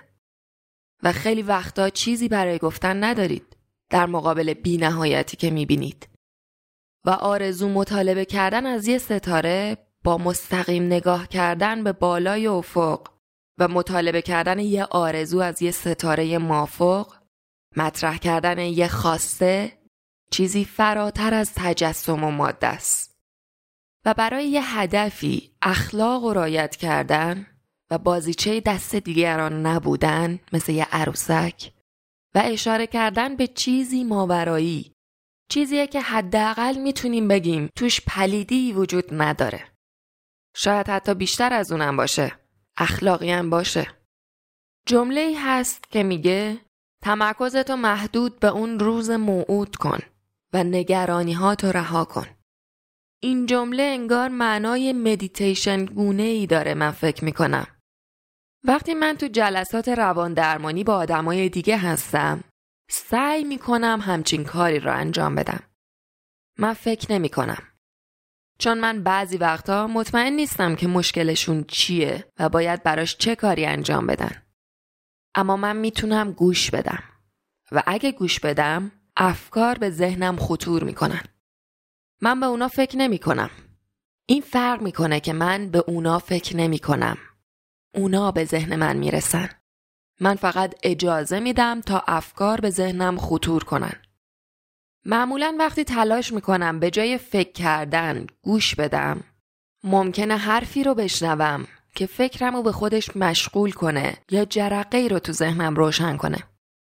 [SPEAKER 1] و خیلی وقتا چیزی برای گفتن ندارید در مقابل بی‌نهایتی که میبینید. و آرزو مطالبه کردن از یه ستاره با مستقیم نگاه کردن به بالای افق و مطالبه کردن یه آرزو از یه ستاره مافوق، مطرح کردن یه خواسته، چیزی فراتر از تجسم و ماده است. و برای یه هدفی اخلاق و رعایت کردن و بازیچه دست دیگران نبودن مثل یه عروسک و اشاره کردن به چیزی ماورایی، چیزیه که حداقل میتونیم بگیم توش پلیدی وجود نداره. شاید حتی بیشتر از اونم باشه. اخلاقی هم باشه. جمله‌ای هست که میگه تمرکزتو محدود به اون روز موعود کن و نگرانی‌هاتو رها کن. این جمله انگار معنای مدیتیشن گونه‌ای داره. من فکر میکنم وقتی من تو جلسات روان درمانی با آدمای دیگه هستم سعی میکنم همچین کاری رو انجام بدم. من فکر نمیکنم. چون من بعضی وقتا مطمئن نیستم که مشکلشون چیه و باید براش چه کاری انجام بدن. اما من میتونم گوش بدم. و اگه گوش بدم افکار به ذهنم خطور میکنن. من به اونا فکر نمیکنم. این فرق میکنه که من به اونا فکر نمیکنم. اونا به ذهن من میرسن. من فقط اجازه میدم تا افکار به ذهنم خطور کنن. معمولاً وقتی تلاش میکنم به جای فکر کردن گوش بدم، ممکنه حرفی رو بشنوم که فکرمو به خودش مشغول کنه یا جرقه‌ای رو تو ذهنم روشن کنه.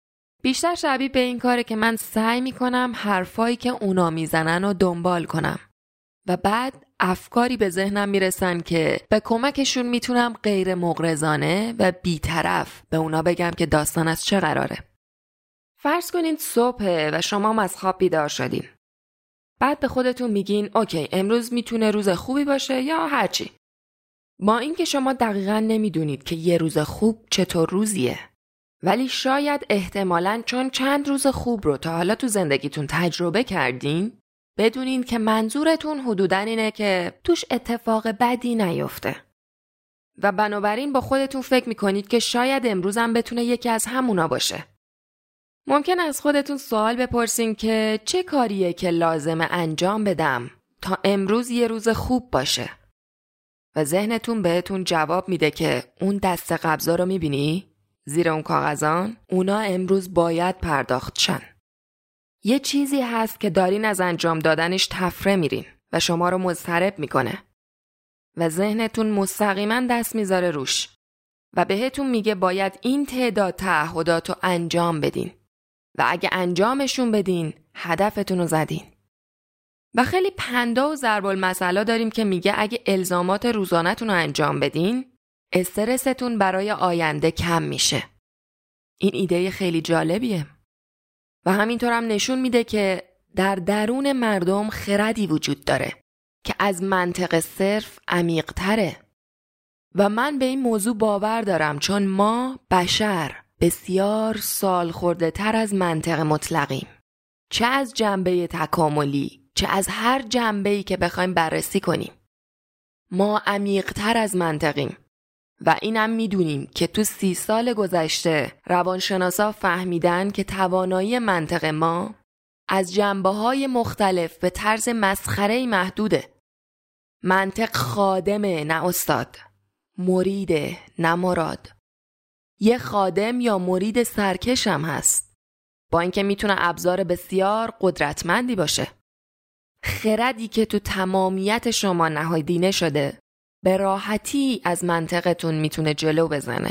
[SPEAKER 1] بیشتر شبیه به این کاره که من سعی میکنم حرفایی که اونا میزنن رو دنبال کنم و بعد افکاری به ذهنم میرسن که به کمکشون میتونم غیر مغرضانه و بی‌طرف به اونا بگم که داستان از چه قراره. فرض کنین صبح و شما هم از خواب بیدار شدین. بعد به خودتون میگین اوکی امروز میتونه روز خوبی باشه یا هرچی. با اینکه شما دقیقاً نمیدونید که یه روز خوب چطور روزیه. ولی شاید احتمالاً چون چند روز خوب رو تا حالا تو زندگیتون تجربه کردین بدونین که منظورتون حدوداً اینه که توش اتفاق بدی نیفته. و بنابراین با خودتون فکر میکنید که شاید امروزم بتونه یکی از همونا باشه. ممکن از خودتون سوال بپرسین که چه کاریه که لازمه انجام بدم تا امروز یه روز خوب باشه؟ و ذهنتون بهتون جواب میده که اون دست قبضا رو میبینی؟ زیر اون کاغذان اونا امروز باید پرداخت شن. یه چیزی هست که دارین از انجام دادنش تفره میرین و شما رو مضطرب میکنه و ذهنتون مستقیما دست میذاره روش و بهتون میگه باید این تعداد تعهدات رو انجام بدین و اگه انجامشون بدین هدفتون رو زدین. و خیلی پندا و ضرب المثلا داریم که میگه اگه الزامات روزانه‌تون رو انجام بدین استرستون برای آینده کم میشه. این ایده خیلی جالبیه. و همینطور هم نشون میده که در درون مردم خردی وجود داره که از منطق صرف عمیق‌تره. و من به این موضوع باور دارم چون ما بشر بسیار سال خورده تر از منطق مطلقیم. چه از جنبه تکاملی، چه از هر جنبه‌ای که بخوایم بررسی کنیم. ما عمیق‌تر از منطقیم. و اینم میدونیم که تو 30 سال گذشته روانشناسا فهمیدن که توانایی منطق ما از جنبه‌های مختلف به طرز مسخره‌ای محدوده. منطق خادمه نه استاد، مریده نه مراد. یه خادم یا مرید سرکش هم هست با اینکه میتونه ابزار بسیار قدرتمندی باشه. خردی که تو تمامیت شما نهادینه شده به راحتی از منطقتون میتونه جلو بزنه.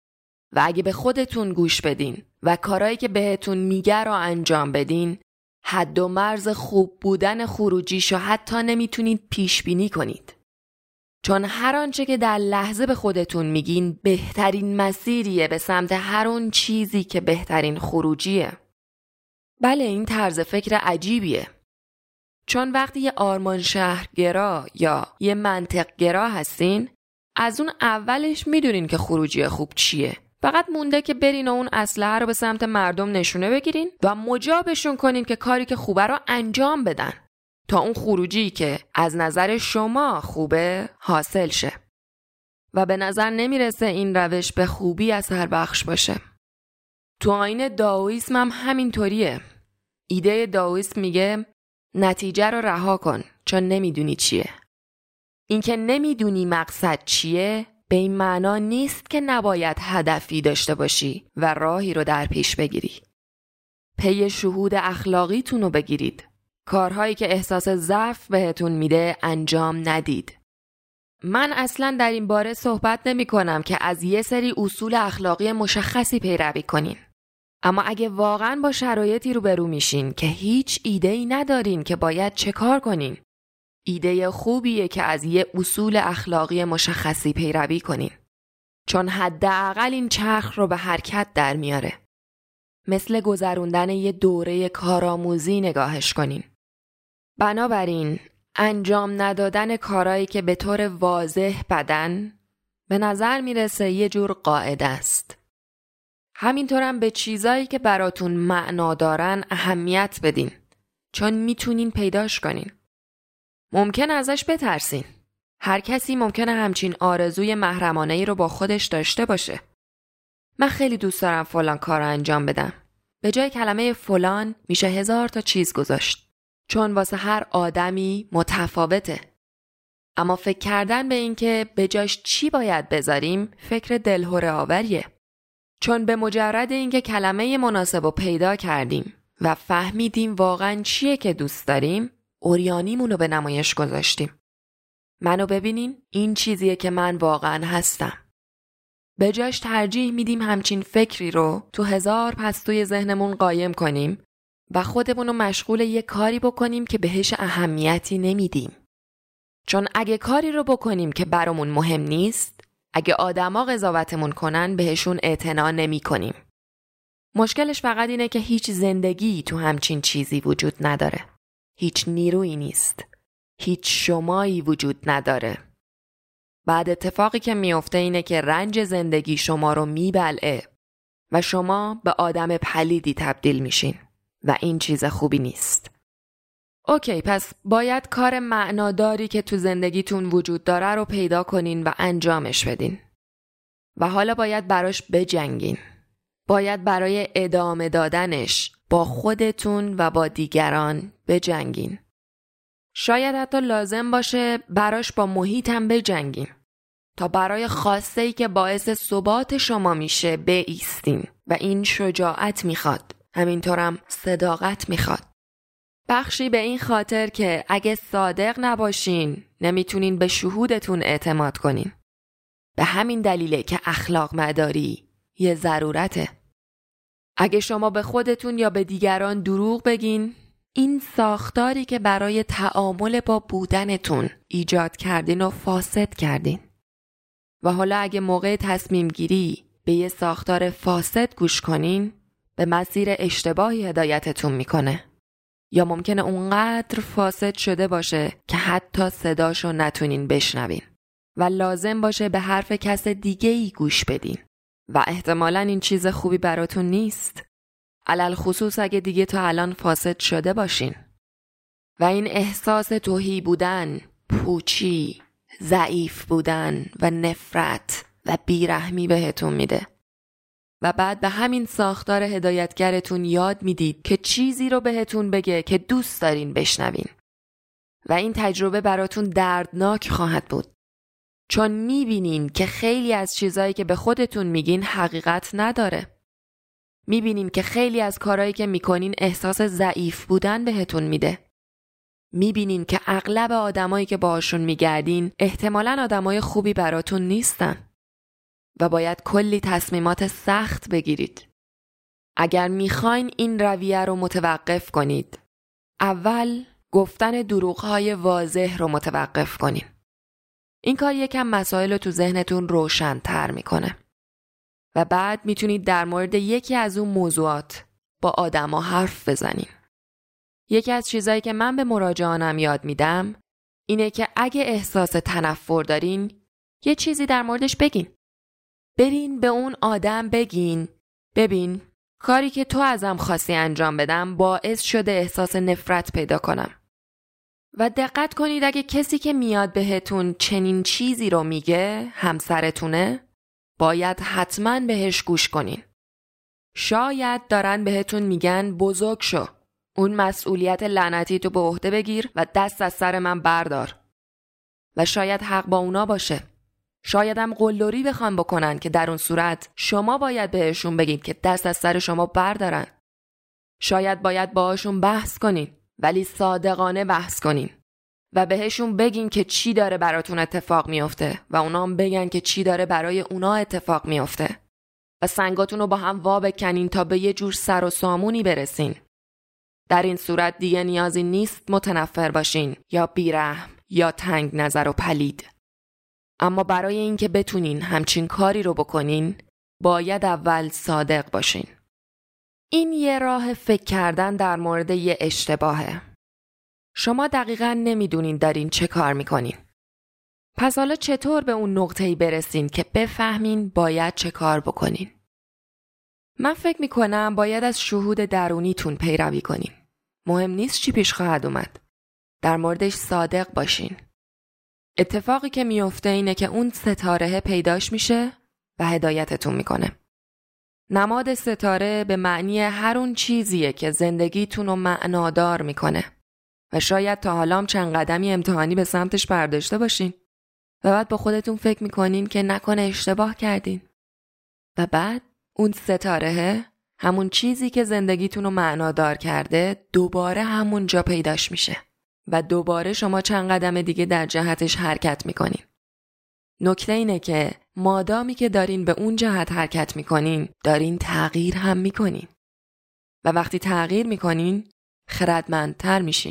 [SPEAKER 1] و اگه به خودتون گوش بدین و کارهایی که بهتون میگه رو انجام بدین حد و مرز خوب بودن خروجیشو حتی نمیتونید پیش بینی کنید. چون هر آنچه که در لحظه به خودتون میگین بهترین مسیریه به سمت هر اون چیزی که بهترین خروجیه. بله این طرز فکر عجیبیه. چون وقتی یه آرمان شهرگرا یا یه منطقگرا هستین از اون اولش میدونین که خروجی خوب چیه. فقط مونده که برین و اون اسلحه رو به سمت مردم نشونه بگیرین و مجابشون کنین که کاری که خوبه رو انجام بدن تا اون خروجی که از نظر شما خوبه حاصل شه. و به نظر نمیرسه این روش به خوبی اثر بخش باشه. تو آیین دائوئیسم هم همینطوریه. ایده دائوئیسم میگه نتیجه رو رها کن چون نمیدونی چیه. این که نمیدونی مقصد چیه به این معنا نیست که نباید هدفی داشته باشی و راهی رو در پیش بگیری. پی شهود اخلاقیتون رو بگیرید. کارهایی که احساس ضعف بهتون میده انجام ندید. من اصلاً در این باره صحبت نمی کنم که از یه سری اصول اخلاقی مشخصی پیروی کنین. اما اگه واقعاً با شرایطی روبرو میشین که هیچ ایده‌ای ندارین که باید چه کار کنین، ایده خوبیه که از یه اصول اخلاقی مشخصی پیروی کنین. چون حداقل این چرخ رو به حرکت در میاره. مثل گذروندن یه دوره کارآموزی نگاهش کنین. بنابراین انجام ندادن کارهایی که به طور واضح بدن به نظر میرسه یه جور قاعده است. همینطورم به چیزایی که براتون معنا دارن اهمیت بدین چون میتونین پیداش کنین. ممکن ازش بترسین. هر کسی ممکنه همچین آرزوی محرمانه‌ای رو با خودش داشته باشه. من خیلی دوست دارم فلان کار رو انجام بدم. به جای کلمه فلان میشه 1000 تا چیز گذاشت. چون واسه هر آدمی متفاوته. اما فکر کردن به این که به جاش چی باید بذاریم فکر دلهره آوریه. چون به مجرد اینکه کلمه مناسب رو پیدا کردیم و فهمیدیم واقعاً چیه که دوست داریم اوریانیمون رو به نمایش گذاشتیم. منو ببینین این چیزیه که من واقعاً هستم. به جاش ترجیح میدیم همچین فکری رو تو 1000 پستوی ذهنمون قایم کنیم و خودمون رو مشغول یه کاری بکنیم که بهش اهمیتی نمیدیم. چون اگه کاری رو بکنیم که برامون مهم نیست، اگه آدما قضاوتمون کنن بهشون اعتنا نمی کنیم. مشکلش فقط اینه که هیچ زندگی تو همچین چیزی وجود نداره. هیچ نیرویی نیست. هیچ شمایی وجود نداره. بعد اتفاقی که میفته اینه که رنج زندگی شما رو میبلعه و شما به آدم پلیدی تبدیل میشین و این چیز خوبی نیست. اوکی، پس باید کار معناداری که تو زندگیتون وجود داره رو پیدا کنین و انجامش بدین. و حالا باید براش بجنگین. باید برای ادامه دادنش با خودتون و با دیگران بجنگین. شاید حتی لازم باشه براش با محیطم بجنگین تا برای خواسته‌ای که باعث ثبات شما میشه بایستین و این شجاعت میخواد. همینطورم صداقت میخواد. بخشی به این خاطر که اگه صادق نباشین نمیتونین به شهودتون اعتماد کنین. به همین دلیله که اخلاق مداری یه ضرورته. اگه شما به خودتون یا به دیگران دروغ بگین، این ساختاری که برای تعامل با بودنتون ایجاد کردین و فاسد کردین. و حالا اگه موقع تصمیم گیری به یه ساختار فاسد گوش کنین، به مسیر اشتباهی هدایتتون میکنه. یا ممکنه اونقدر فاسد شده باشه که حتی صداشو نتونین بشنوین و لازم باشه به حرف کس دیگه‌ای گوش بدین و احتمالاً این چیز خوبی براتون نیست. علل خصوص اگه دیگه تا الان فاسد شده باشین. و این احساس تهی بودن، پوچی، ضعیف بودن و نفرت و بیرحمی بهتون میده. و بعد به همین ساختار هدایتگرتون یاد میدید که چیزی رو بهتون بگه که دوست دارین بشنوین. و این تجربه براتون دردناک خواهد بود. چون میبینین که خیلی از چیزایی که به خودتون میگین حقیقت نداره. میبینین که خیلی از کارهایی که میکنین احساس ضعیف بودن بهتون میده. میبینین که اغلب آدمایی که باهاشون میگردین احتمالاً آدمای خوبی براتون نیستن. و باید کلی تصمیمات سخت بگیرید. اگر میخواین این رویه رو متوقف کنید، اول گفتن دروغ‌های واضح رو متوقف کنین. این کار یکم مسائل رو تو ذهنتون روشن‌تر میکنه. و بعد میتونید در مورد یکی از اون موضوعات با آدما حرف بزنین. یکی از چیزایی که من به مراجعانم یاد میدم اینه که اگه احساس تنفر دارین، یه چیزی در موردش بگین. برین به اون آدم بگین ببین کاری که تو ازم خواستی انجام بدم باعث شده احساس نفرت پیدا کنم. و دقت کنید اگه کسی که میاد بهتون چنین چیزی رو میگه همسرتونه، باید حتما بهش گوش کنین. شاید دارن بهتون میگن بزرگ شو، اون مسئولیت لعنتی تو به عهده بگیر و دست از سر من بردار. و شاید حق با اونا باشه. شاید هم قلدری بخوان بکنن که در اون صورت شما باید بهشون بگید که دست از سر شما بردارن. شاید باید باهاشون بحث کنین، ولی صادقانه بحث کنین و بهشون بگین که چی داره براتون اتفاق میفته و اونا هم بگن که چی داره برای اونا اتفاق میفته و سنگاتون رو با هم وا بکنین تا به یه جور سر و سامونی برسین. در این صورت دیگه نیازی نیست متنفر باشین یا بیرحم یا تنگ نظر و پلید. اما برای اینکه بتونین همچین کاری رو بکنین، باید اول صادق باشین. این یه راه فکر کردن در مورد یه اشتباهه. شما دقیقاً نمیدونین دارین چه کار میکنین. پس حالا چطور به اون نقطه‌ای برسین که بفهمین باید چه کار بکنین؟ من فکر میکنم باید از شهود درونیتون پیروی کنین. مهم نیست چی پیش خواهد اومد. در موردش صادق باشین. اتفاقی که میفته اینه که اون ستاره پیداش میشه و هدایتتون میکنه. نماد ستاره به معنی هر اون چیزیه که زندگیتون رو معنادار میکنه و شاید تا حالا هم چند قدمی امتحانی به سمتش برداشته باشین و بعد با خودتون فکر میکنین که نکنه اشتباه کردین. و بعد اون ستاره، همون چیزی که زندگیتون رو معنادار کرده، دوباره همون جا پیداش میشه و دوباره شما چند قدم دیگه در جهتش حرکت میکنین. نکته اینه که مادامی که دارین به اون جهت حرکت میکنین، دارین تغییر هم میکنین. و وقتی تغییر میکنین، خردمندتر میشین.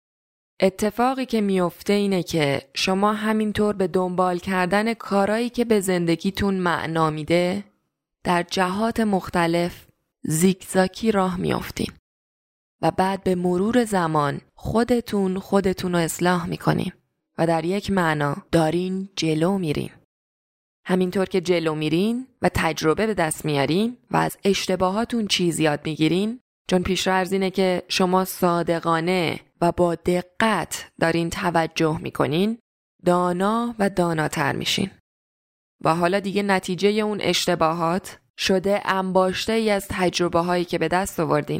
[SPEAKER 1] اتفاقی که میفته اینه که شما همینطور به دنبال کردن کارایی که به زندگیتون معنا میده، در جهات مختلف زیگزاکی راه میافتین. و بعد به مرور زمان خودتون رو اصلاح میکنین و در یک معنا دارین جلو میرین. همینطور که جلو میرین و تجربه به دست میارین و از اشتباهاتون چیز یاد میگیرین، چون پیش‌فرض اینه که شما صادقانه و با دقت دارین توجه میکنین، دانا و داناتر میشین. و حالا دیگه نتیجه اون اشتباهات شده انباشته ای از تجربه هایی که به دست آوردین.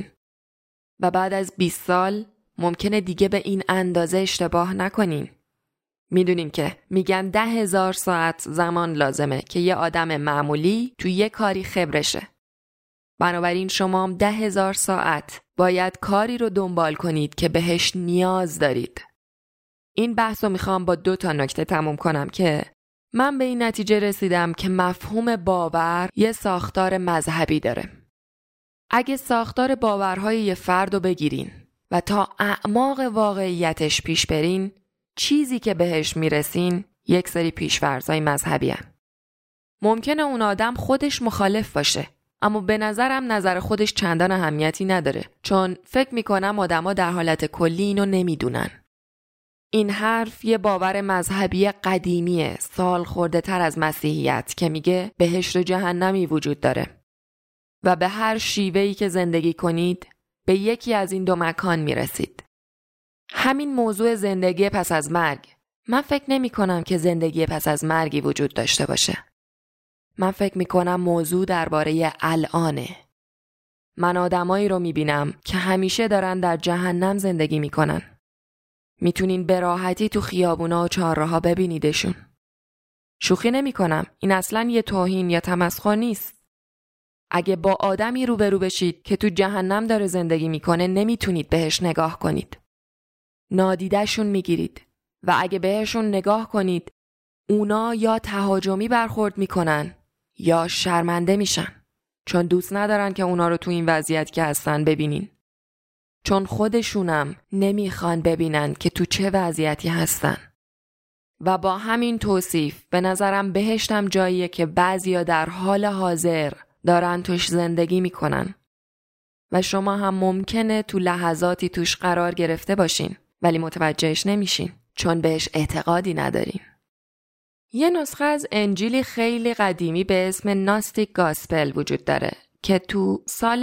[SPEAKER 1] و بعد از 20 سال ممکنه دیگه به این اندازه اشتباه نکنین. میدونین که میگن 10,000 ساعت زمان لازمه که یه آدم معمولی تو یه کاری خبره شه. بنابراین شما هم 10,000 ساعت باید کاری رو دنبال کنید که بهش نیاز دارید. این بحث رو میخوام با 2 نکته تموم کنم که من به این نتیجه رسیدم که مفهوم باور یه ساختار مذهبی داره. اگه ساختار باورهای یه فرد رو بگیرین و تا اعماق واقعیتش پیش برین، چیزی که بهش میرسین یک سری پیش‌فرض‌های مذهبی هن. ممکنه اون آدم خودش مخالف باشه، اما به نظرم نظر خودش چندان اهمیتی نداره، چون فکر میکنم آدما در حالت کلی اینو نمیدونن. این حرف یه باور مذهبی قدیمیه، سال خورده تر از مسیحیت، که میگه بهشت و جهنمی وجود داره و به هر شیوهی که زندگی کنید به یکی از این 2 مکان میرسید. همین موضوع زندگی پس از مرگ، من فکر نمی کنم که زندگی پس از مرگی وجود داشته باشه. من فکر می کنم موضوع درباره الانه. من آدمایی رو می بینم که همیشه دارن در جهنم زندگی می کنن. میتونین به راحتی تو خیابونا و چهارراها ببینیدشون. شوخی نمی کنم، این اصلاً یه توهین یا تمسخر نیست. اگه با آدمی روبرو بشید که تو جهنم داره زندگی میکنه، نمیتونید بهش نگاه کنید. نادیده‌شون میگیرید و اگه بهشون نگاه کنید، اونا یا تهاجمی برخورد میکنن یا شرمنده میشن، چون دوست ندارن که اونا رو تو این وضعیت که هستن ببینین. چون خودشونم نمیخوان ببینن که تو چه وضعیتی هستن. و با همین توصیف به نظرم بهشتم جاییه که بعضیا در حال حاضر دارن توش زندگی میکنن و شما هم ممکنه تو لحظاتی توش قرار گرفته باشین ولی متوجهش نمیشین چون بهش اعتقادی ندارین. یه نسخه از انجیلی خیلی قدیمی به اسم ناستیک گاسپل وجود داره که تو سال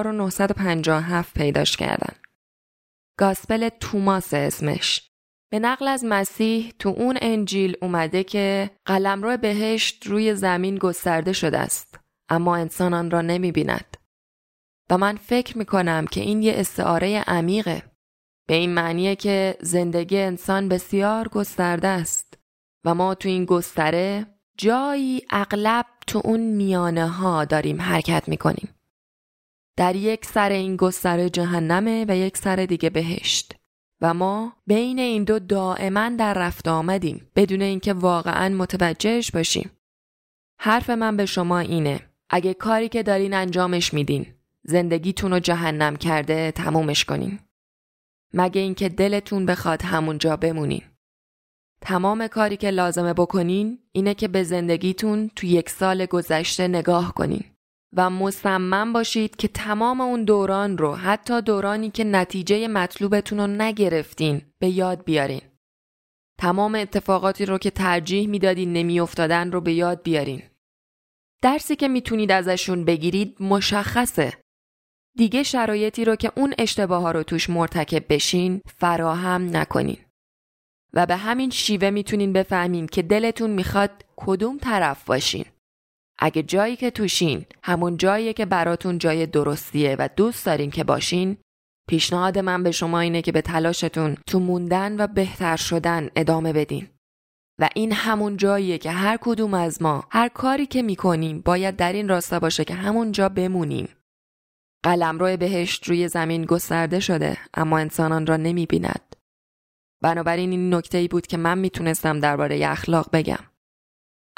[SPEAKER 1] 1957 پیداش کردن. گاسپل توماس اسمش. به نقل از مسیح تو اون انجیل اومده که قلمرو بهشت روی زمین گسترده شده است، اما انسان آن را نمی بیند. و من فکر می کنم که این یه استعاره عمیقه. به این معنیه که زندگی انسان بسیار گسترده است و ما تو این گستره جایی اغلب تو اون میانه ها داریم حرکت می کنیم. در یک سر این گستره جهنمه و یک سر دیگه بهشت و ما بین این 2 دائما در رفت آمدیم بدون اینکه واقعا متوجهش باشیم. حرف من به شما اینه: اگه کاری که دارین انجامش میدین زندگیتون رو جهنم کرده، تمومش کنین. مگه اینکه دلتون بخواد همونجا بمونین. تمام کاری که لازمه بکنین اینه که به زندگیتون تو 1 سال گذشته نگاه کنین و مصمم باشید که تمام اون دوران رو، حتی دورانی که نتیجه مطلوبتون رو نگرفتین، به یاد بیارین. تمام اتفاقاتی رو که ترجیح میدادین نمیافتادن رو به یاد بیارین. درسی که میتونید ازشون بگیرید مشخصه. دیگه شرایطی رو که اون اشتباه‌ها رو توش مرتکب بشین فراهم نکنین. و به همین شیوه میتونین بفهمین که دلتون میخواد کدوم طرف باشین. اگه جایی که توشین همون جاییه که براتون جای درستیه و دوست دارین که باشین، پیشنهاد من به شما اینه که به تلاشتون تو موندن و بهتر شدن ادامه بدین. و این همون جاییه که هر کدوم از ما هر کاری که میکنیم باید در این راستا باشه که همون جا بمونیم. قلمرو بهشت روی زمین گسترده شده اما انسانان را نمیبیند. بنابراین این نکته‌ای بود که من میتونستم درباره اخلاق بگم.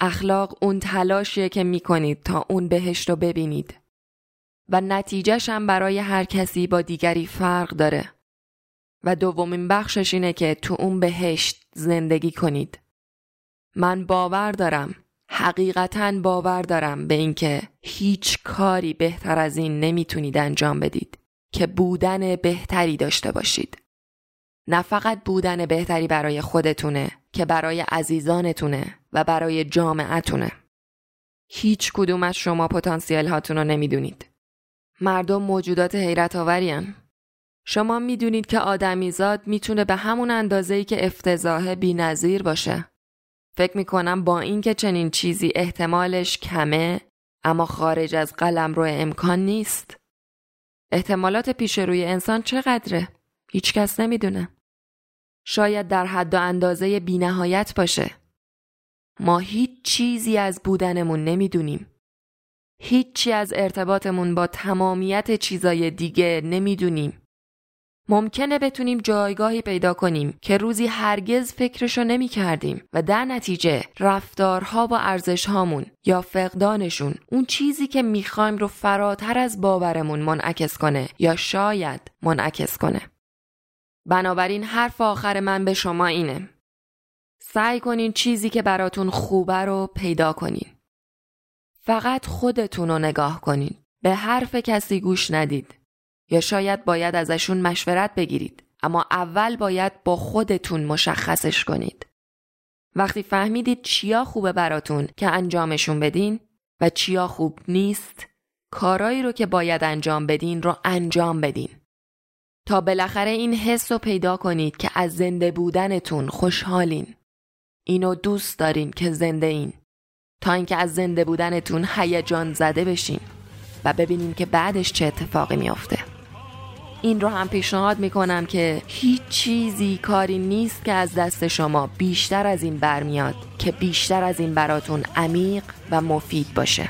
[SPEAKER 1] اخلاق اون تلاشیه که میکنید تا اون بهشت رو ببینید و نتیجهش هم برای هر کسی با دیگری فرق داره. و دومین بخشش اینه که تو اون بهشت زندگی کنید. من باور دارم، حقیقتاً باور دارم به این که هیچ کاری بهتر از این نمیتونید انجام بدید که بودن بهتری داشته باشید. نه فقط بودن بهتری برای خودتونه که برای عزیزانتونه و برای جامعتونه. هیچ کدوم از شما پتانسیل هاتون رو نمیدونید. مردم موجودات حیرت آورین. شما میدونید که آدمیزاد میتونه به همون اندازه‌ای که افتضاحه بی‌نظیر باشه. فکر میکنم با این که چنین چیزی احتمالش کمه، اما خارج از قلمرو امکان نیست. احتمالات پیش روی انسان چقدره؟ هیچ کس نمیدونه. شاید در حد و اندازه بی‌نهایت باشه. ما هیچ چیزی از بودنمون نمیدونیم. هیچی از ارتباطمون با تمامیت چیزای دیگه نمیدونیم. ممکنه بتونیم جایگاهی پیدا کنیم که روزی هرگز فکرشو نمی کردیم و در نتیجه رفتارها و ارزشهامون یا فقدانشون اون چیزی که میخوایم رو فراتر از باورمون منعکس کنه یا شاید منعکس کنه. بنابراین حرف آخر من به شما اینه: سعی کنین چیزی که براتون خوبه رو پیدا کنین. فقط خودتون رو نگاه کنین. به حرف کسی گوش ندید. یا شاید باید ازشون مشورت بگیرید، اما اول باید با خودتون مشخصش کنید. وقتی فهمیدید چیا خوبه براتون که انجامشون بدین و چیا خوب نیست، کارایی رو که باید انجام بدین رو انجام بدین. تا بالاخره این حس رو پیدا کنید که از زنده بودنتون خوشحالین. اینو دوست دارین که زنده این. تا اینکه از زنده بودنتون هیجان زده بشین و ببینین که بعدش چه اتفاقی میافته. این رو هم پیشنهاد میکنم که هیچ چیزی کاری نیست که از دست شما بیشتر از این برمیاد که بیشتر از این براتون عمیق و مفید باشه.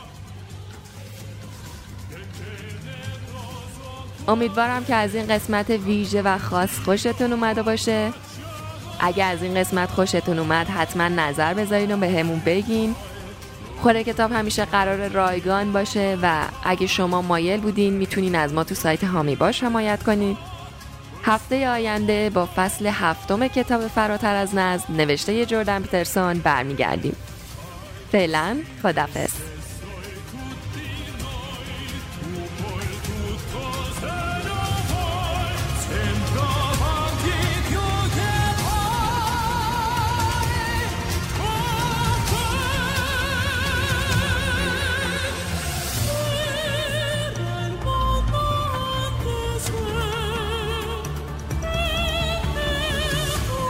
[SPEAKER 1] امیدوارم که از این قسمت ویژه و خاص خوشتون اومده باشه. اگه از این قسمت خوشتون اومد حتما نظر بذارین و به همون بگین. خوره کتاب همیشه قرار رایگان باشه و اگه شما مایل بودین میتونین از ما تو سایت هامی باش حمایت کنین. هفته آینده با فصل 7 کتاب فراتر از نظم نوشته جردن پیترسون برمیگردیم. فعلا خداحافظ.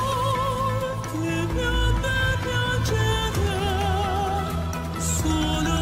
[SPEAKER 2] Solo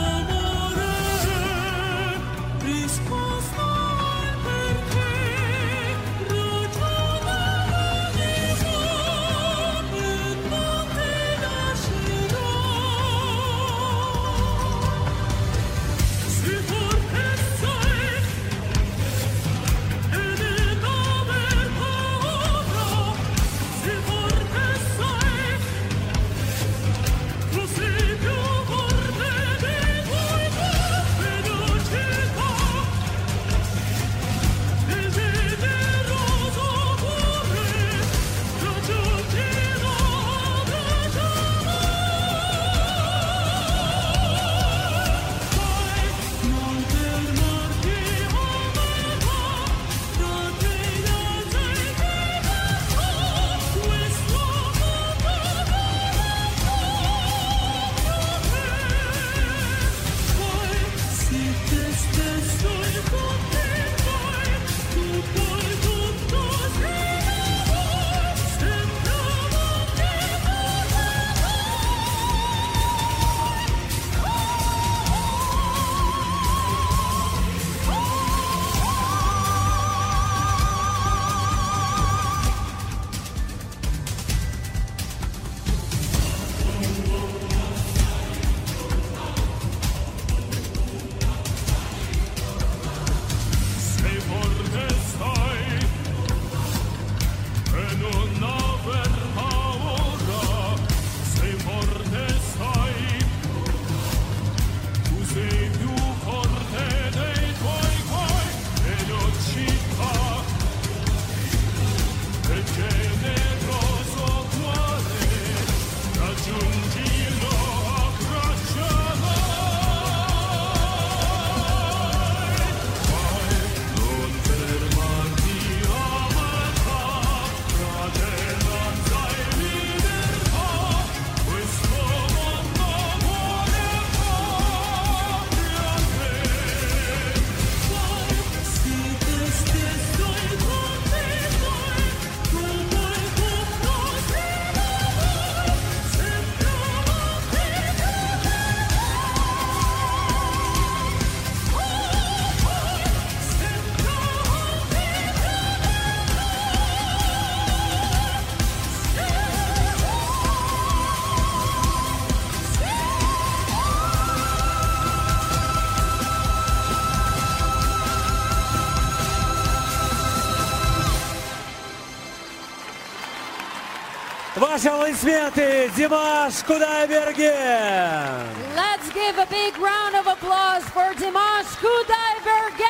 [SPEAKER 2] Ваши аплодисменты, Димаш Кудайберген.
[SPEAKER 3] Let's give a big round of applause for Dimash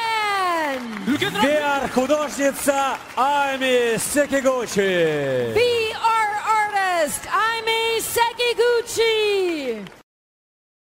[SPEAKER 3] Kudaibergen.
[SPEAKER 2] VR художница Ами Секигучи.